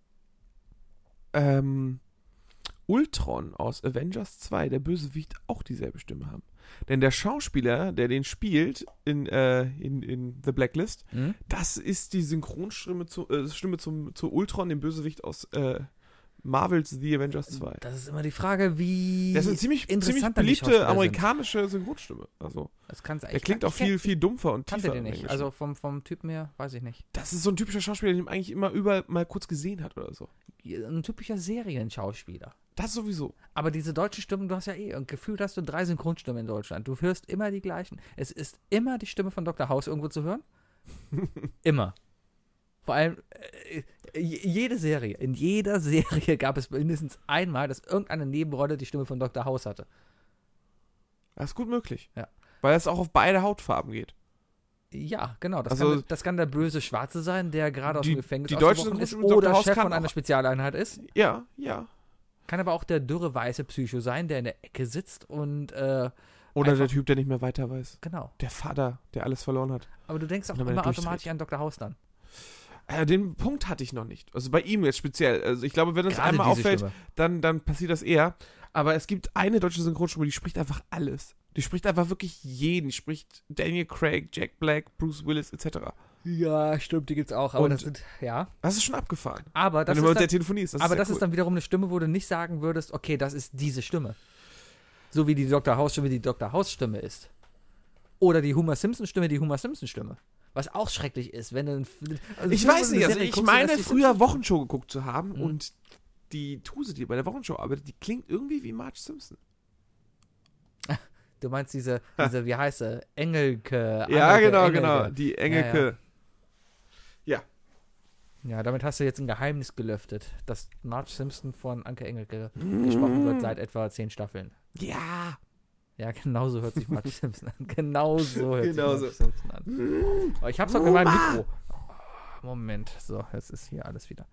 Ultron aus Avengers 2, der Bösewicht, auch dieselbe Stimme haben. Denn der Schauspieler, der den spielt in The Blacklist, das ist die Synchronstimme zu Ultron, dem Bösewicht aus Marvels The Avengers 2. Das ist immer die Frage, wie Das ist eine ziemlich beliebte amerikanische Synchronstimme. Also, der klingt auch viel dumpfer und tiefer. Kannte den nicht. Also vom Typen her, weiß ich nicht. Das ist so ein typischer Schauspieler, den man eigentlich immer überall mal kurz gesehen hat oder so. Ein typischer Serienschauspieler. Das sowieso. Aber diese deutschen Stimmen, du hast ja gefühlt hast du 3 Synchronstimmen in Deutschland. Du hörst immer die gleichen. Es ist immer die Stimme von Dr. House irgendwo zu hören. Immer. Vor allem, in jeder Serie gab es mindestens einmal, dass irgendeine Nebenrolle die Stimme von Dr. House hatte. Das ist gut möglich. Ja. Weil es auch auf beide Hautfarben geht. Ja, genau. Also, das kann der böse Schwarze sein, der gerade aus dem Gefängnis ausgebrochen ist Dr. oder House Chef kann von einer auch- Spezialeinheit ist. Ja. Kann aber auch der dürre weiße Psycho sein, der in der Ecke sitzt und Oder einfach- der Typ, der nicht mehr weiter weiß. genau. Der Vater, der alles verloren hat. Aber du denkst auch Und dann immer durchdreht. automatisch an Dr. House dann. Den Punkt hatte ich noch nicht. Also bei ihm jetzt speziell. Also ich glaube, wenn uns Gerade einmal diese auffällt, Stimme. dann passiert das eher. Aber es gibt eine deutsche Synchronstimme, die spricht einfach alles. Die spricht einfach wirklich jeden. Die spricht Daniel Craig, Jack Black, Bruce Willis etc. Ja, stimmt, die gibt's auch. Aber Und- das sind, ja. Das ist schon abgefahren. Aber das wenn du ist mit der dann, telefonierst. Das aber ist das ja ist dann wiederum eine Stimme, wo du nicht sagen würdest, okay, das ist diese Stimme. So wie die Dr. House-Stimme die Dr. House-Stimme ist. Oder die Homer Simpson-Stimme die Homer Simpson-Stimme. Was auch schrecklich ist, wenn du also Ich wenn weiß du nicht, eine also Serie ich guckst, meine dass die früher Simpsons- Wochenshow geguckt zu haben Mhm. und die Tuse, die bei der Wochenshow arbeitet, die klingt irgendwie wie Marge Simpson. Du meinst diese wie heißt sie? Engelke. Ja, Angelke, genau, Engelke. die Engelke. Ja, damit hast du jetzt ein Geheimnis gelüftet, dass Marge Simpson von Anke Engelke gesprochen wird seit etwa 10 Staffeln. Ja. Ja, genauso hört sich Marge Simpson an. Genauso hört Genauso. sich Marge Simpson an. Oh, ich hab's doch in meinem Mikro. Moment, so, jetzt ist hier alles wieder.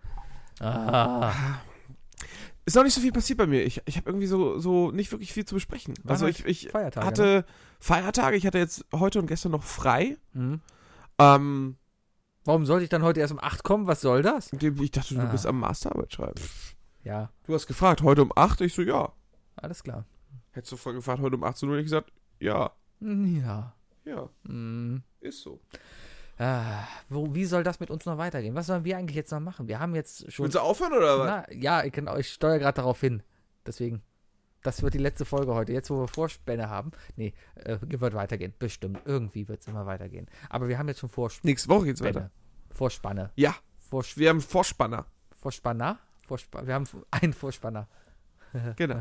Ist noch nicht so viel passiert bei mir. Ich habe irgendwie so nicht wirklich viel zu besprechen. Waren Also halt ich Feiertage, hatte Feiertage, ich hatte jetzt heute und gestern noch frei. Mhm. Ähm, Warum sollte ich dann heute erst um 8 kommen? Was soll das? ich dachte, du bist am Masterarbeit schreiben. Ja, Du hast gefragt, heute um 8? Ich so, ja. alles klar. Hättest du voll gefragt, heute um 18 Uhr? Hätte ich gesagt, ja. Ja. Ja, Mhm. ist so. Wie soll das mit uns noch weitergehen? Was sollen wir eigentlich jetzt noch machen? Wir haben jetzt schon. Willst du aufhören oder was? Ja, ich steuere gerade darauf hin. Deswegen. Das wird die letzte Folge heute. Jetzt, wo wir Vorspänne haben. Nee, wird weitergehen. Bestimmt. Irgendwie wird es immer weitergehen. Aber wir haben jetzt schon Vorspänne. Nächste Woche geht's weiter. Vorspanne. Ja, wir haben Vorspanner. Vorspanner? Wir haben einen Vorspanner. Genau.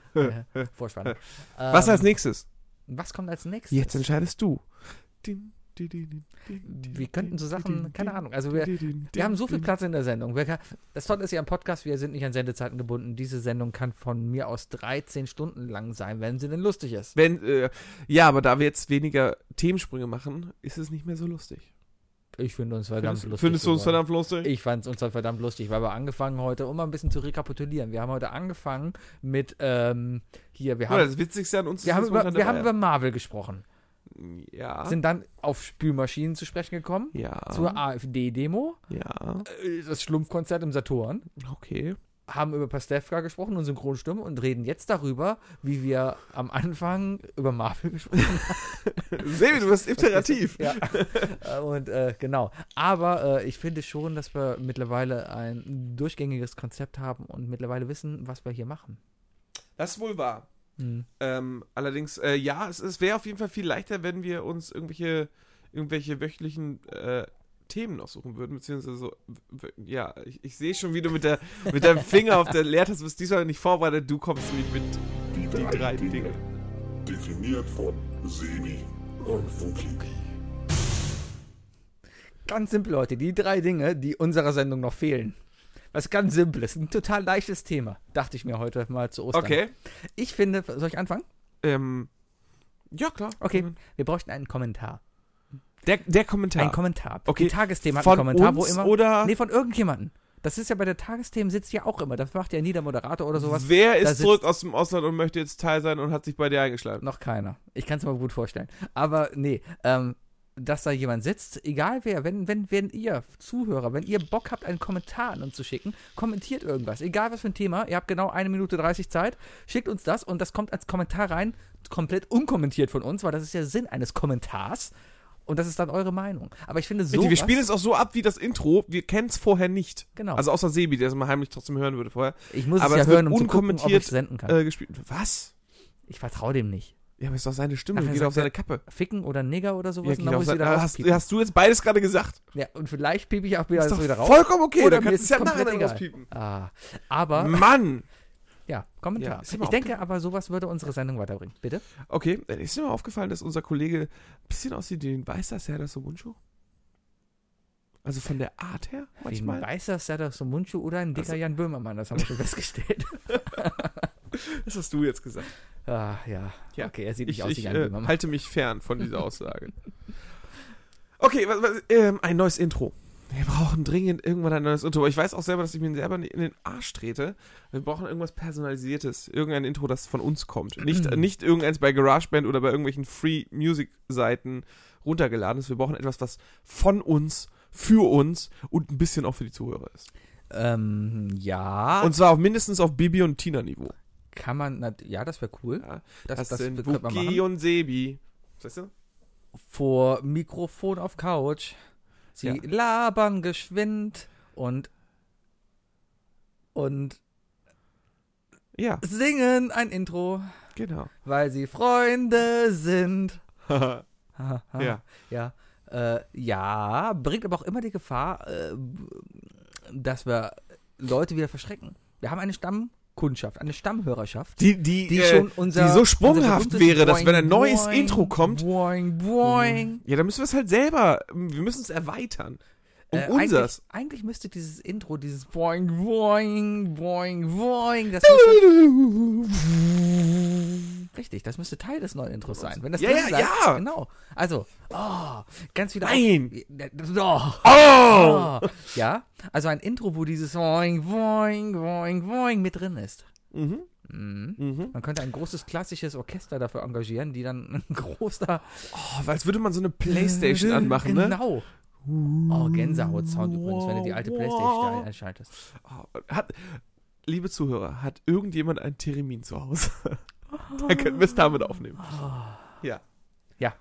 Vorspanner. Was als nächstes? Was kommt als nächstes? Jetzt entscheidest du. Wir könnten so Sachen, keine Ahnung, also wir haben so viel Platz in der Sendung. Das Tolle ist ja am Podcast, wir sind nicht an Sendezeiten gebunden. Diese Sendung kann von mir aus 13 Stunden lang sein, wenn sie denn lustig ist. Ja, aber da wir jetzt weniger Themensprünge machen, ist es nicht mehr so lustig. Ich finde uns verdammt lustig. Findest du uns verdammt lustig? Ich fand es uns verdammt lustig, weil wir angefangen heute, um mal ein bisschen zu rekapitulieren. Wir haben heute angefangen mit, das Witzigste an uns ist, wir haben über Marvel gesprochen. Ja. Sind dann auf Spülmaschinen zu sprechen gekommen. Ja. Zur AfD-Demo. Ja. Das Schlumpfkonzert im Saturn. Okay. Haben über Pastewka gesprochen und Synchronstimmen und reden jetzt darüber, wie wir am Anfang über Marvel gesprochen haben. Sebi, du bist iterativ. Ja. Und genau. Aber ich finde schon, dass wir mittlerweile ein durchgängiges Konzept haben und mittlerweile wissen, was wir hier machen. Das ist wohl wahr. Allerdings, es wäre auf jeden Fall viel leichter, wenn wir uns irgendwelche wöchentlichen Themen noch suchen würden, beziehungsweise so, ja, ich sehe schon, wie du mit deinem Finger auf der Leertaste bist, diesmal nicht vorbereitet, du kommst nämlich mit die drei Dinge. Definiert von Sebi und Fuki. Ganz simpel, Leute, die 3 Dinge, die unserer Sendung noch fehlen. Was ganz Simples, ein total leichtes Thema, dachte ich mir heute mal zu Ostern. Okay. Ich finde, soll ich anfangen? Ja, klar. Okay, wir bräuchten einen Kommentar. Der Kommentar. Ein Kommentar. Okay. Die Tagesthemen hat Von einen Kommentar, uns wo immer. oder? Nee, von irgendjemandem. Das ist ja bei der Tagesthemen sitzt ja auch immer. Das macht ja nie der Moderator oder sowas. Wer ist zurück aus dem Ausland und möchte jetzt Teil sein und hat sich bei dir eingeschleimt? Noch keiner. Ich kann es mir gut vorstellen. Aber nee, dass da jemand sitzt, egal wer, wenn ihr Zuhörer, wenn ihr Bock habt, einen Kommentar an uns zu schicken, kommentiert irgendwas. Egal was für ein Thema, ihr habt genau 1 Minute 30 Zeit, schickt uns das und das kommt als Kommentar rein, komplett unkommentiert von uns, weil das ist ja Sinn eines Kommentars. Und das ist dann eure Meinung. Aber ich finde so. Wir spielen es auch so ab wie das Intro. Wir kennen es vorher nicht. Genau. Also außer Sebi, der es mal heimlich trotzdem hören würde vorher. Ich muss aber es ja hören, um zu gucken, ob unkommentiert ich senden kann. Gespielt. Was? Ich vertraue dem nicht. Ja, aber ist doch seine Stimme. Ach, Geht auf seine Kappe. Ficken oder Nigger oder sowas. Ja, und dann muss ich wieder hast du jetzt beides gerade gesagt? Ja, und vielleicht piep ich auch wieder, ist doch wieder raus. Vollkommen okay. Oder dann kannst du es ja nachher rauspiepen. Aber. Mann! Ja, Kommentar. Ja, ich denke aber, sowas würde unsere Sendung weiterbringen. Bitte? Okay, ist mir mal aufgefallen, dass unser Kollege ein bisschen aussieht wie ein weißer Serdar Somuncu? Also von der Art her manchmal? Wie ein weißer Serdar Somuncu oder ein dicker Jan Böhmermann, das haben wir schon festgestellt. Das hast du jetzt gesagt. Ah, ja. Okay, er sieht nicht aus wie Jan Böhmermann. Ich halte mich fern von dieser Aussage. Okay, ein neues Intro. Wir brauchen dringend irgendwann ein neues Intro. Aber ich weiß auch selber, dass ich mir selber in den Arsch trete. Wir brauchen irgendwas Personalisiertes. Irgendein Intro, das von uns kommt. Nicht irgendeins bei GarageBand oder bei irgendwelchen Free-Music-Seiten runtergeladen ist. Wir brauchen etwas, was von uns, für uns und ein bisschen auch für die Zuhörer ist. Ja. Und zwar auch mindestens auf Bibi und Tina-Niveau. Kann man, ja, das wäre cool. Ja, das sind könnte man Buki machen. und Sebi. Weißt du? Vor Mikrofon auf Couch. Sie labern geschwind und singen ein Intro. Genau. Weil sie Freunde sind. Ja. Bringt aber auch immer die Gefahr, dass wir Leute wieder verschrecken. Wir haben eine Stammkundschaft, eine Stammhörerschaft, die schon die so sprunghaft wäre, dass wenn ein neues boing, Intro kommt, boing, boing. Ja, dann müssen wir es halt selber, wir müssen es erweitern. Eigentlich müsste dieses Intro, dieses boing, boing, boing, boing, das richtig, das müsste Teil des neuen Intros sein. Wenn das drin bleibt, ja. Genau. Also, ganz wieder. Nein! Ja, also ein Intro, wo dieses boing, boing, boing, boing mit drin ist. Man könnte ein großes klassisches Orchester dafür engagieren, die dann ein großer. Als würde man so eine Playstation anmachen, ne? Genau. Oh, Gänsehaut-Sound übrigens, wenn du die alte Playstation einschaltest. Liebe Zuhörer, hat irgendjemand ein Theremin zu Hause? Dann könnten wir es damit aufnehmen. Ja. Ja.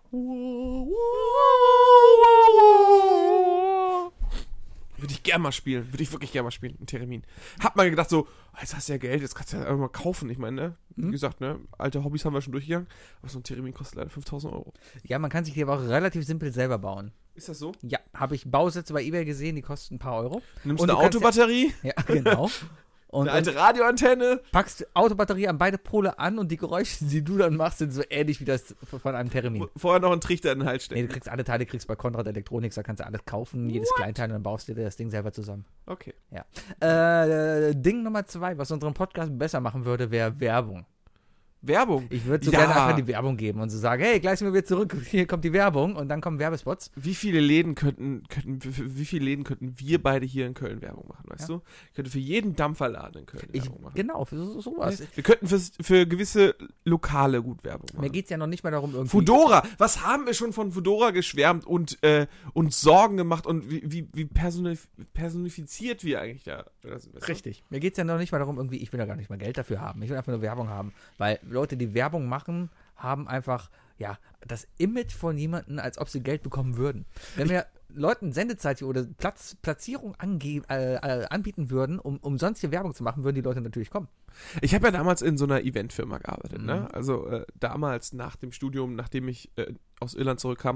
Würde ich gerne mal spielen. Würde ich wirklich gerne mal spielen. Ein Theremin. Hab mal gedacht so, jetzt hast du ja Geld, jetzt kannst du ja einfach mal kaufen. Ich meine, ne? Wie gesagt, ne? Alte Hobbys haben wir schon durchgegangen. Aber so ein Theremin kostet leider 5.000 Euro. Ja, man kann sich die aber auch relativ simpel selber bauen. Ist das so? Ja, habe ich Bausätze bei eBay gesehen, die kosten ein paar Euro. Nimmst du eine Autobatterie? Ja, genau. Und eine alte Radioantenne. Packst Autobatterie an beide Pole an und die Geräusche, die du dann machst, sind so ähnlich wie das von einem Termin. Vorher noch einen Trichter in den Hals stecken. Nee, du kriegst alle Teile, kriegst bei Konrad Elektronics, da kannst du alles kaufen, jedes Kleinteil, und dann baust du dir das Ding selber zusammen. Okay. Ja. Ding Nummer 2, was unseren Podcast besser machen würde, wäre Werbung. Werbung? Ich würde so gerne einfach die Werbung geben und so sagen, hey, gleich sind wir wieder zurück, hier kommt die Werbung und dann kommen Werbespots. Wie viele Läden könnten wir beide hier in Köln Werbung machen, weißt du? Ich könnte für jeden Dampferladen in Köln Werbung machen. Genau, für sowas. Wir könnten für gewisse Lokale gut Werbung machen. Mir geht es ja noch nicht mal darum, irgendwie... Foodora! Was haben wir schon von Foodora geschwärmt und Sorgen gemacht und wie personifiziert wir eigentlich da sind? Richtig. Mir geht es ja noch nicht mal darum, irgendwie, ich will ja gar nicht mal Geld dafür haben. Ich will einfach nur Werbung haben, weil Leute, die Werbung machen, haben einfach, ja, das Image von jemandem, als ob sie Geld bekommen würden. Wenn wir Leuten Sendezeit oder Platzierung anbieten würden, um umsonst hier Werbung zu machen, würden die Leute natürlich kommen. Ich habe ja damals in so einer Eventfirma gearbeitet, ne? Also damals nach dem Studium, nachdem ich aus Irland zurückkam.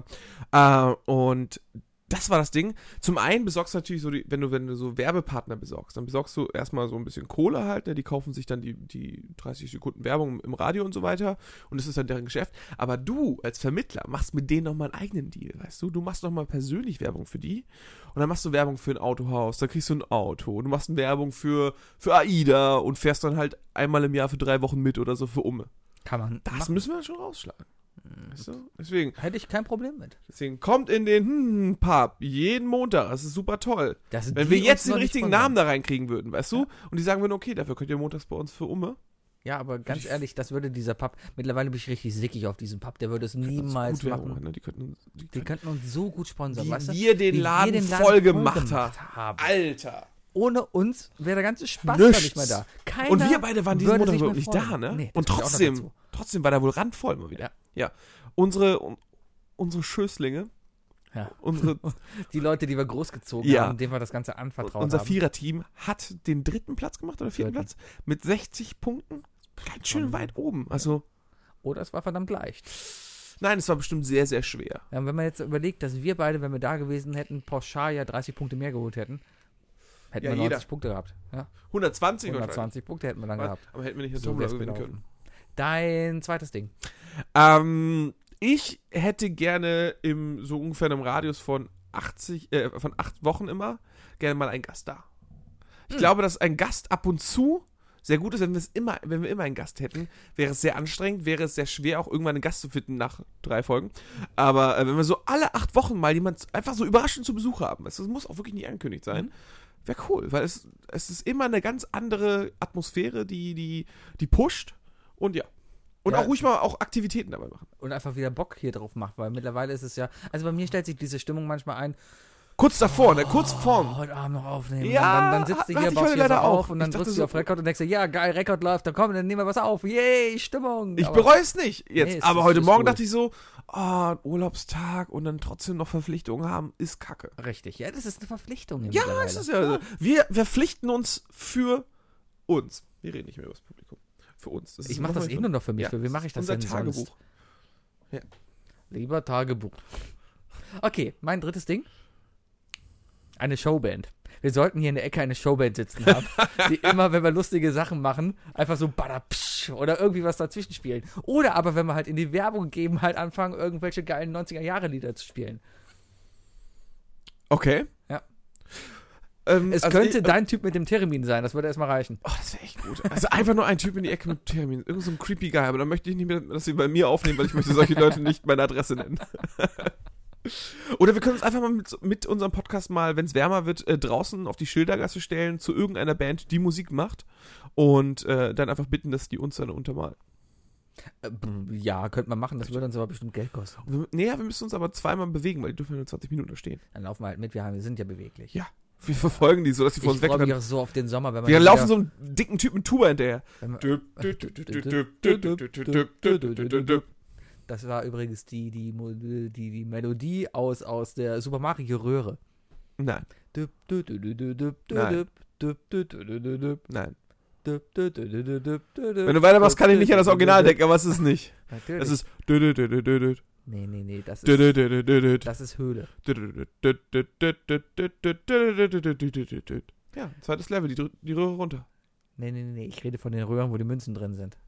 Und das war das Ding. Zum einen besorgst du natürlich so, wenn du so Werbepartner besorgst, dann besorgst du erstmal so ein bisschen Kohle halt, ne? Die kaufen sich dann die 30 Sekunden Werbung im Radio und so weiter und das ist dann deren Geschäft. Aber du als Vermittler machst mit denen nochmal einen eigenen Deal, weißt du? Du machst nochmal persönlich Werbung für die und dann machst du Werbung für ein Autohaus, dann kriegst du ein Auto, du machst Werbung für AIDA und fährst dann halt einmal im Jahr für 3 Wochen mit oder so für Umme. Kann man Das machen. müssen wir schon rausschlagen. Weißt du? Deswegen. Hätte ich kein Problem mit. Deswegen kommt in den Pub jeden Montag. Das ist super toll. Wenn wir jetzt den richtigen Namen da reinkriegen würden, weißt du? Und die sagen würden, okay, dafür könnt ihr montags bei uns für Umme. Ja, aber ganz ehrlich, das würde dieser Pub, mittlerweile bin ich richtig sickig auf diesen Pub, der würde es niemals machen. Ne? Die könnten uns so gut sponsern, wie weißt du? wir den Laden voll gemacht haben. Alter. Ohne uns wäre der ganze Spaß da nicht mehr da. Keiner und wir beide waren diesen Monat sich überhaupt nicht da, ne? Nee, und trotzdem war da wohl randvoll mal wieder. Ja. Unsere Schößlinge, die Leute, die wir großgezogen haben, denen wir das Ganze anvertraut haben. Unser Viererteam hat den 3. Platz gemacht oder 4. Platz mit 60 Punkten. Ganz schön weit oben. Also, oder es war verdammt leicht. Nein, es war bestimmt sehr, sehr schwer. Ja, und wenn man jetzt überlegt, dass wir beide, wenn wir da gewesen hätten, pauschal ja 30 Punkte mehr geholt hätten, hätten wir 90 Punkte gehabt. Ja. 120 Punkte hätten wir dann gehabt. Aber hätten wir nicht so gewinnen können. Dein zweites Ding. Ich hätte gerne so ungefähr einem Radius von 8 Wochen immer gerne mal einen Gast da. Ich glaube, dass ein Gast ab und zu sehr gut ist, wenn wir immer einen Gast hätten, wäre es sehr anstrengend, wäre es sehr schwer, auch irgendwann einen Gast zu finden nach 3 Folgen. Aber wenn wir so alle 8 Wochen mal jemand einfach so überraschend zu Besuch haben, das muss auch wirklich nicht angekündigt sein, wäre cool, weil es ist immer eine ganz andere Atmosphäre, die pusht und ja. Und auch ruhig mal auch Aktivitäten dabei machen. Und einfach wieder Bock hier drauf macht, weil mittlerweile ist es ja, also bei mir stellt sich diese Stimmung manchmal ein, kurz davor, kurz vorm. Heute Abend noch aufnehmen. Ja, dann sitzt du hier, baust hier so auf und dann drückst du auf Rekord und denkst dir, ja, geil, Rekord läuft, dann komm, dann nehmen wir was auf. Yay, Stimmung. Ich bereue es nicht jetzt. Nee, aber heute Morgen dachte ich so, Urlaubstag und dann trotzdem noch Verpflichtungen haben, ist Kacke. Richtig, ja, das ist eine Verpflichtung. Ja, das ist ja so. Wir verpflichten uns für uns. Wir reden nicht mehr über das Publikum. Für uns. Ich mache das nur noch für mich. Ja. Für wen mache ich das denn Tagebuch. Sonst? Ja. Lieber Tagebuch. Okay, mein drittes Ding. Eine Showband. Wir sollten hier in der Ecke eine Showband sitzen haben, die immer, wenn wir lustige Sachen machen, einfach so badapsch oder irgendwie was dazwischen spielen. Oder aber, wenn wir halt in die Werbung geben, halt anfangen, irgendwelche geilen 90er-Jahre-Lieder zu spielen. Okay. Ja. Es könnte dein Typ mit dem Termin sein, das würde erstmal reichen. Oh, das wäre echt gut. Also einfach nur ein Typ in die Ecke mit Termin. Irgend so ein creepy Guy, aber dann möchte ich nicht mehr, dass sie bei mir aufnehmen, weil ich möchte solche Leute nicht meine Adresse nennen. Oder wir können uns einfach mal mit unserem Podcast mal, wenn es wärmer wird, draußen auf die Schildergasse stellen zu irgendeiner Band, die Musik macht und dann einfach bitten, dass die uns dann untermalen. Ja, könnte man machen, das würde uns aber bestimmt Geld kosten. Wir müssen uns aber zweimal bewegen, weil die dürfen ja nur 20 Minuten da stehen. Dann laufen wir halt mit, wir sind ja beweglich. Ja, wir verfolgen die so, dass die vor uns wegrennen. Ich freue wegrennen. mich auch so auf den Sommer, wenn man wir laufen so einen dicken Typ mit Tuba hinterher. Das war übrigens die Melodie aus der Super Mario Röhre. Nein. Nein. Wenn du weitermachst, kann ich nicht an das Original denken, aber es ist nicht. Natürlich. Es ist Nee, das ist Höhle. Ja, zweites Level, die Röhre runter. Nee. Ich rede von den Röhren, wo die Münzen drin sind.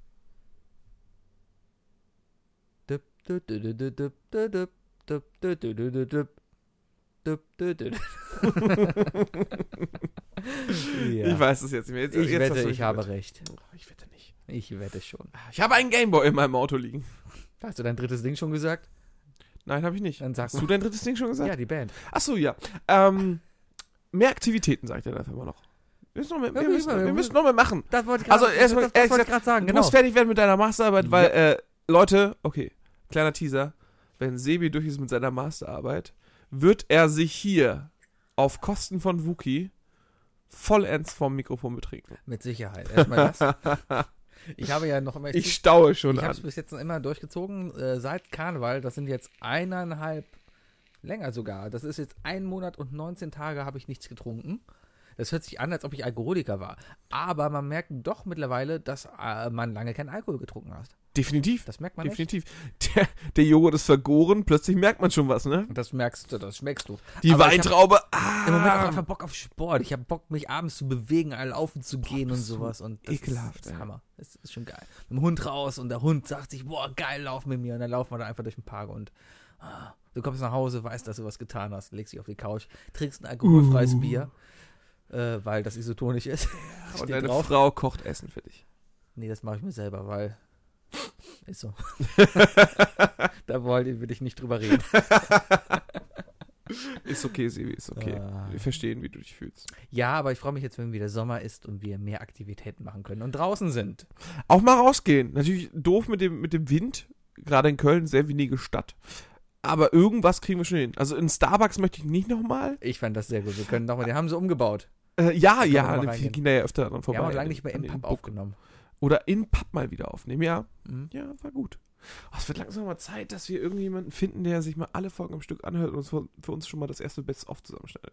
Ja. Ich weiß es jetzt nicht mehr. Ich wette, ich habe recht. Ich wette nicht. Ich wette schon. Ich habe einen Gameboy in meinem Auto liegen. Hast du dein drittes Ding schon gesagt? Nein, habe ich nicht. Dann sag Hast du dein drittes Ding schon gesagt? Ja, die Band. Achso, ja. Mehr Aktivitäten, sagt er einfach immer noch. Wir müssen noch mehr machen. Das wollte ich Also gerade sagen. Du musst fertig werden mit deiner Masterarbeit, weil, Leute, okay, kleiner Teaser. Wenn Sebi durch ist mit seiner Masterarbeit, wird er sich hier auf Kosten von Wookie vollends vom Mikrofon betrinken. Mit Sicherheit. Erstmal das. Ich habe ja noch immer... Ich staue schon Ich an. habe es bis jetzt noch immer durchgezogen, seit Karneval. Das sind jetzt 1,5, länger sogar. Das ist jetzt 1 Monat und 19 Tage habe ich nichts getrunken. Das hört sich an, als ob ich Alkoholiker war. Aber man merkt doch mittlerweile, dass man lange keinen Alkohol getrunken hat. Definitiv. Das merkt man Definitiv. Der Joghurt ist vergoren, plötzlich merkt man schon was, ne? Das merkst du, das schmeckst du. Die Aber Weintraube, im Moment auch einfach Bock auf Sport. Ich habe Bock, mich abends zu bewegen, laufen zu gehen und sowas. Und das ekelhaft, ist Hammer. Das ist schon geil. Mit dem Hund raus und der Hund sagt sich, boah, geil, lauf mit mir. Und dann laufen wir da einfach durch den Park und du kommst nach Hause, weißt, dass du was getan hast, legst dich auf die Couch, trinkst ein alkoholfreies Bier, weil das isotonisch ist. Und deine Frau kocht Essen für dich. Nee, das mache ich mir selber, weil ist so. Da will ich nicht drüber reden. Ist okay, Sebi, ist okay. Wir verstehen, wie du dich fühlst. Ja, aber ich freue mich jetzt, wenn wieder Sommer ist und wir mehr Aktivitäten machen können und draußen sind. Auch mal rausgehen. Natürlich doof mit dem Wind. Gerade in Köln, sehr wenige Stadt. Aber irgendwas kriegen wir schon hin. Also in Starbucks möchte ich nicht nochmal. Ich fand das sehr gut. Wir können nochmal, die haben sie umgebaut. Ja, wir gehen da ja öfter dran vorbei. Wir haben auch lange nicht mehr im Pub aufgenommen. Oder in Pub mal wieder aufnehmen, ja. Mhm. Ja, war gut. Es wird langsam mal Zeit, dass wir irgendjemanden finden, der sich mal alle Folgen am Stück anhört und für uns schon mal das erste Best-of zusammenstellt.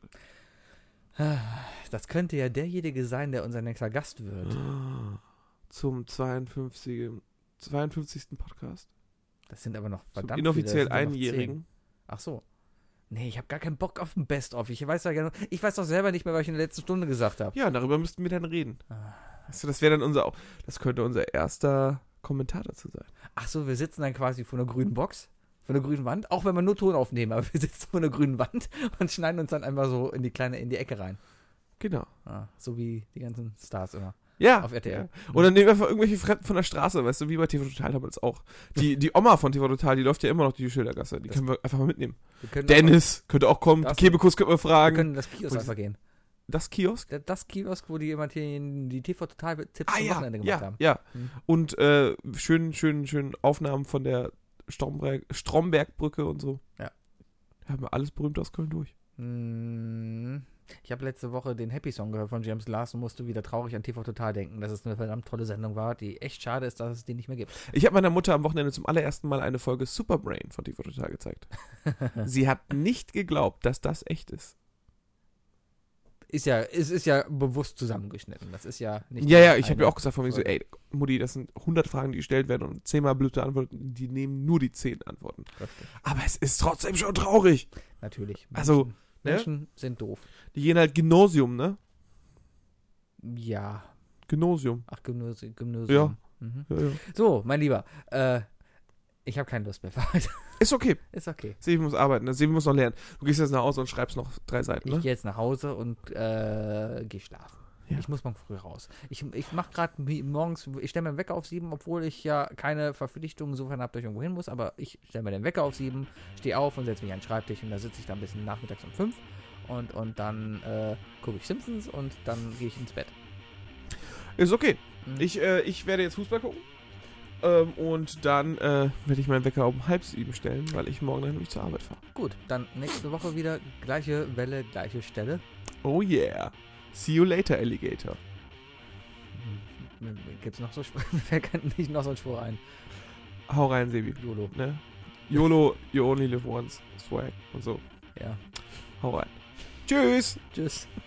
Das könnte ja derjenige sein, der unser nächster Gast wird. Zum 52. Podcast. Das sind aber noch verdammt Zum inoffiziell viele, das sind Einjährigen. Ach so. Nee, ich habe gar keinen Bock auf ein Best-of. Ich weiß doch selber nicht mehr, was ich in der letzten Stunde gesagt habe. Ja, darüber müssten wir dann reden. Weißt du, das wäre dann das könnte unser erster Kommentar dazu sein. Ach so, wir sitzen dann quasi vor einer grünen Box, vor einer grünen Wand, auch wenn wir nur Ton aufnehmen, aber wir sitzen vor einer grünen Wand und schneiden uns dann einfach so in die Ecke rein. Genau. So wie die ganzen Stars immer. Ja. Auf RTL. Ja. Oder nehmen wir einfach irgendwelche Fremden von der Straße, weißt du, wie bei TV Total damals auch. Die Oma von TV Total, die läuft ja immer noch die Schildergasse. Die können wir einfach mal mitnehmen. Dennis könnte auch kommen. Kebekus könnte man fragen. Wir können das Kiosk einfach gehen. Das Kiosk? Das Kiosk, wo die immer die TV Total-Tipps am Wochenende gemacht haben. Ja. Und schön Aufnahmen von der Strombergbrücke und so. Ja. Haben wir alles berühmt aus Köln durch. Ich habe letzte Woche den Happy Song gehört von James Last und musste wieder traurig an TV Total denken, dass es eine verdammt tolle Sendung war, die echt schade ist, dass es den nicht mehr gibt. Ich habe meiner Mutter am Wochenende zum allerersten Mal eine Folge Superbrain von TV Total gezeigt. Sie hat nicht geglaubt, dass das echt ist. Es ist ja bewusst zusammengeschnitten. Das ist ja nicht. Ja, ich habe ja auch gesagt von mir so, ey, Mutti, das sind 100 Fragen, die gestellt werden und 10-mal blöde Antworten, die nehmen nur die 10 Antworten. Richtig. Aber es ist trotzdem schon traurig. Natürlich. Menschen sind doof. Die gehen halt Gymnasium, ne? Ja. Gymnasium. Ach, Gymnasium. Ja. Mhm. Ja. So, mein Lieber, ich habe keine Lust mehr für heute. Ist okay. Ist okay. Sebi muss arbeiten, Sebi muss noch lernen. Du gehst jetzt nach Hause und schreibst noch 3 Seiten, ne? Ich gehe jetzt nach Hause und gehe schlafen. Ja. Ich muss morgen früh raus. Ich mache gerade morgens, ich stelle mir den Wecker auf 7, obwohl ich ja keine Verpflichtung insofern habe, dass ich irgendwo hin muss, aber ich stelle mir den Wecker auf 7, stehe auf und setze mich an den Schreibtisch und da sitze ich dann ein bisschen nachmittags um 5 und dann gucke ich Simpsons und dann gehe ich ins Bett. Ist okay. Ich werde jetzt Fußball gucken und dann werde ich meinen Wecker um 6:30 stellen, weil ich morgen dann nämlich zur Arbeit fahre. Gut, dann nächste Woche wieder gleiche Welle, gleiche Stelle. Oh yeah. See you later, Alligator. Gibt's noch so Sprüche? Wer kennt nicht noch so einen Spruch ein? Hau rein, Sebi. YOLO. Ne? YOLO, you only live once. Swag und so. Ja. Hau rein. Tschüss. Tschüss.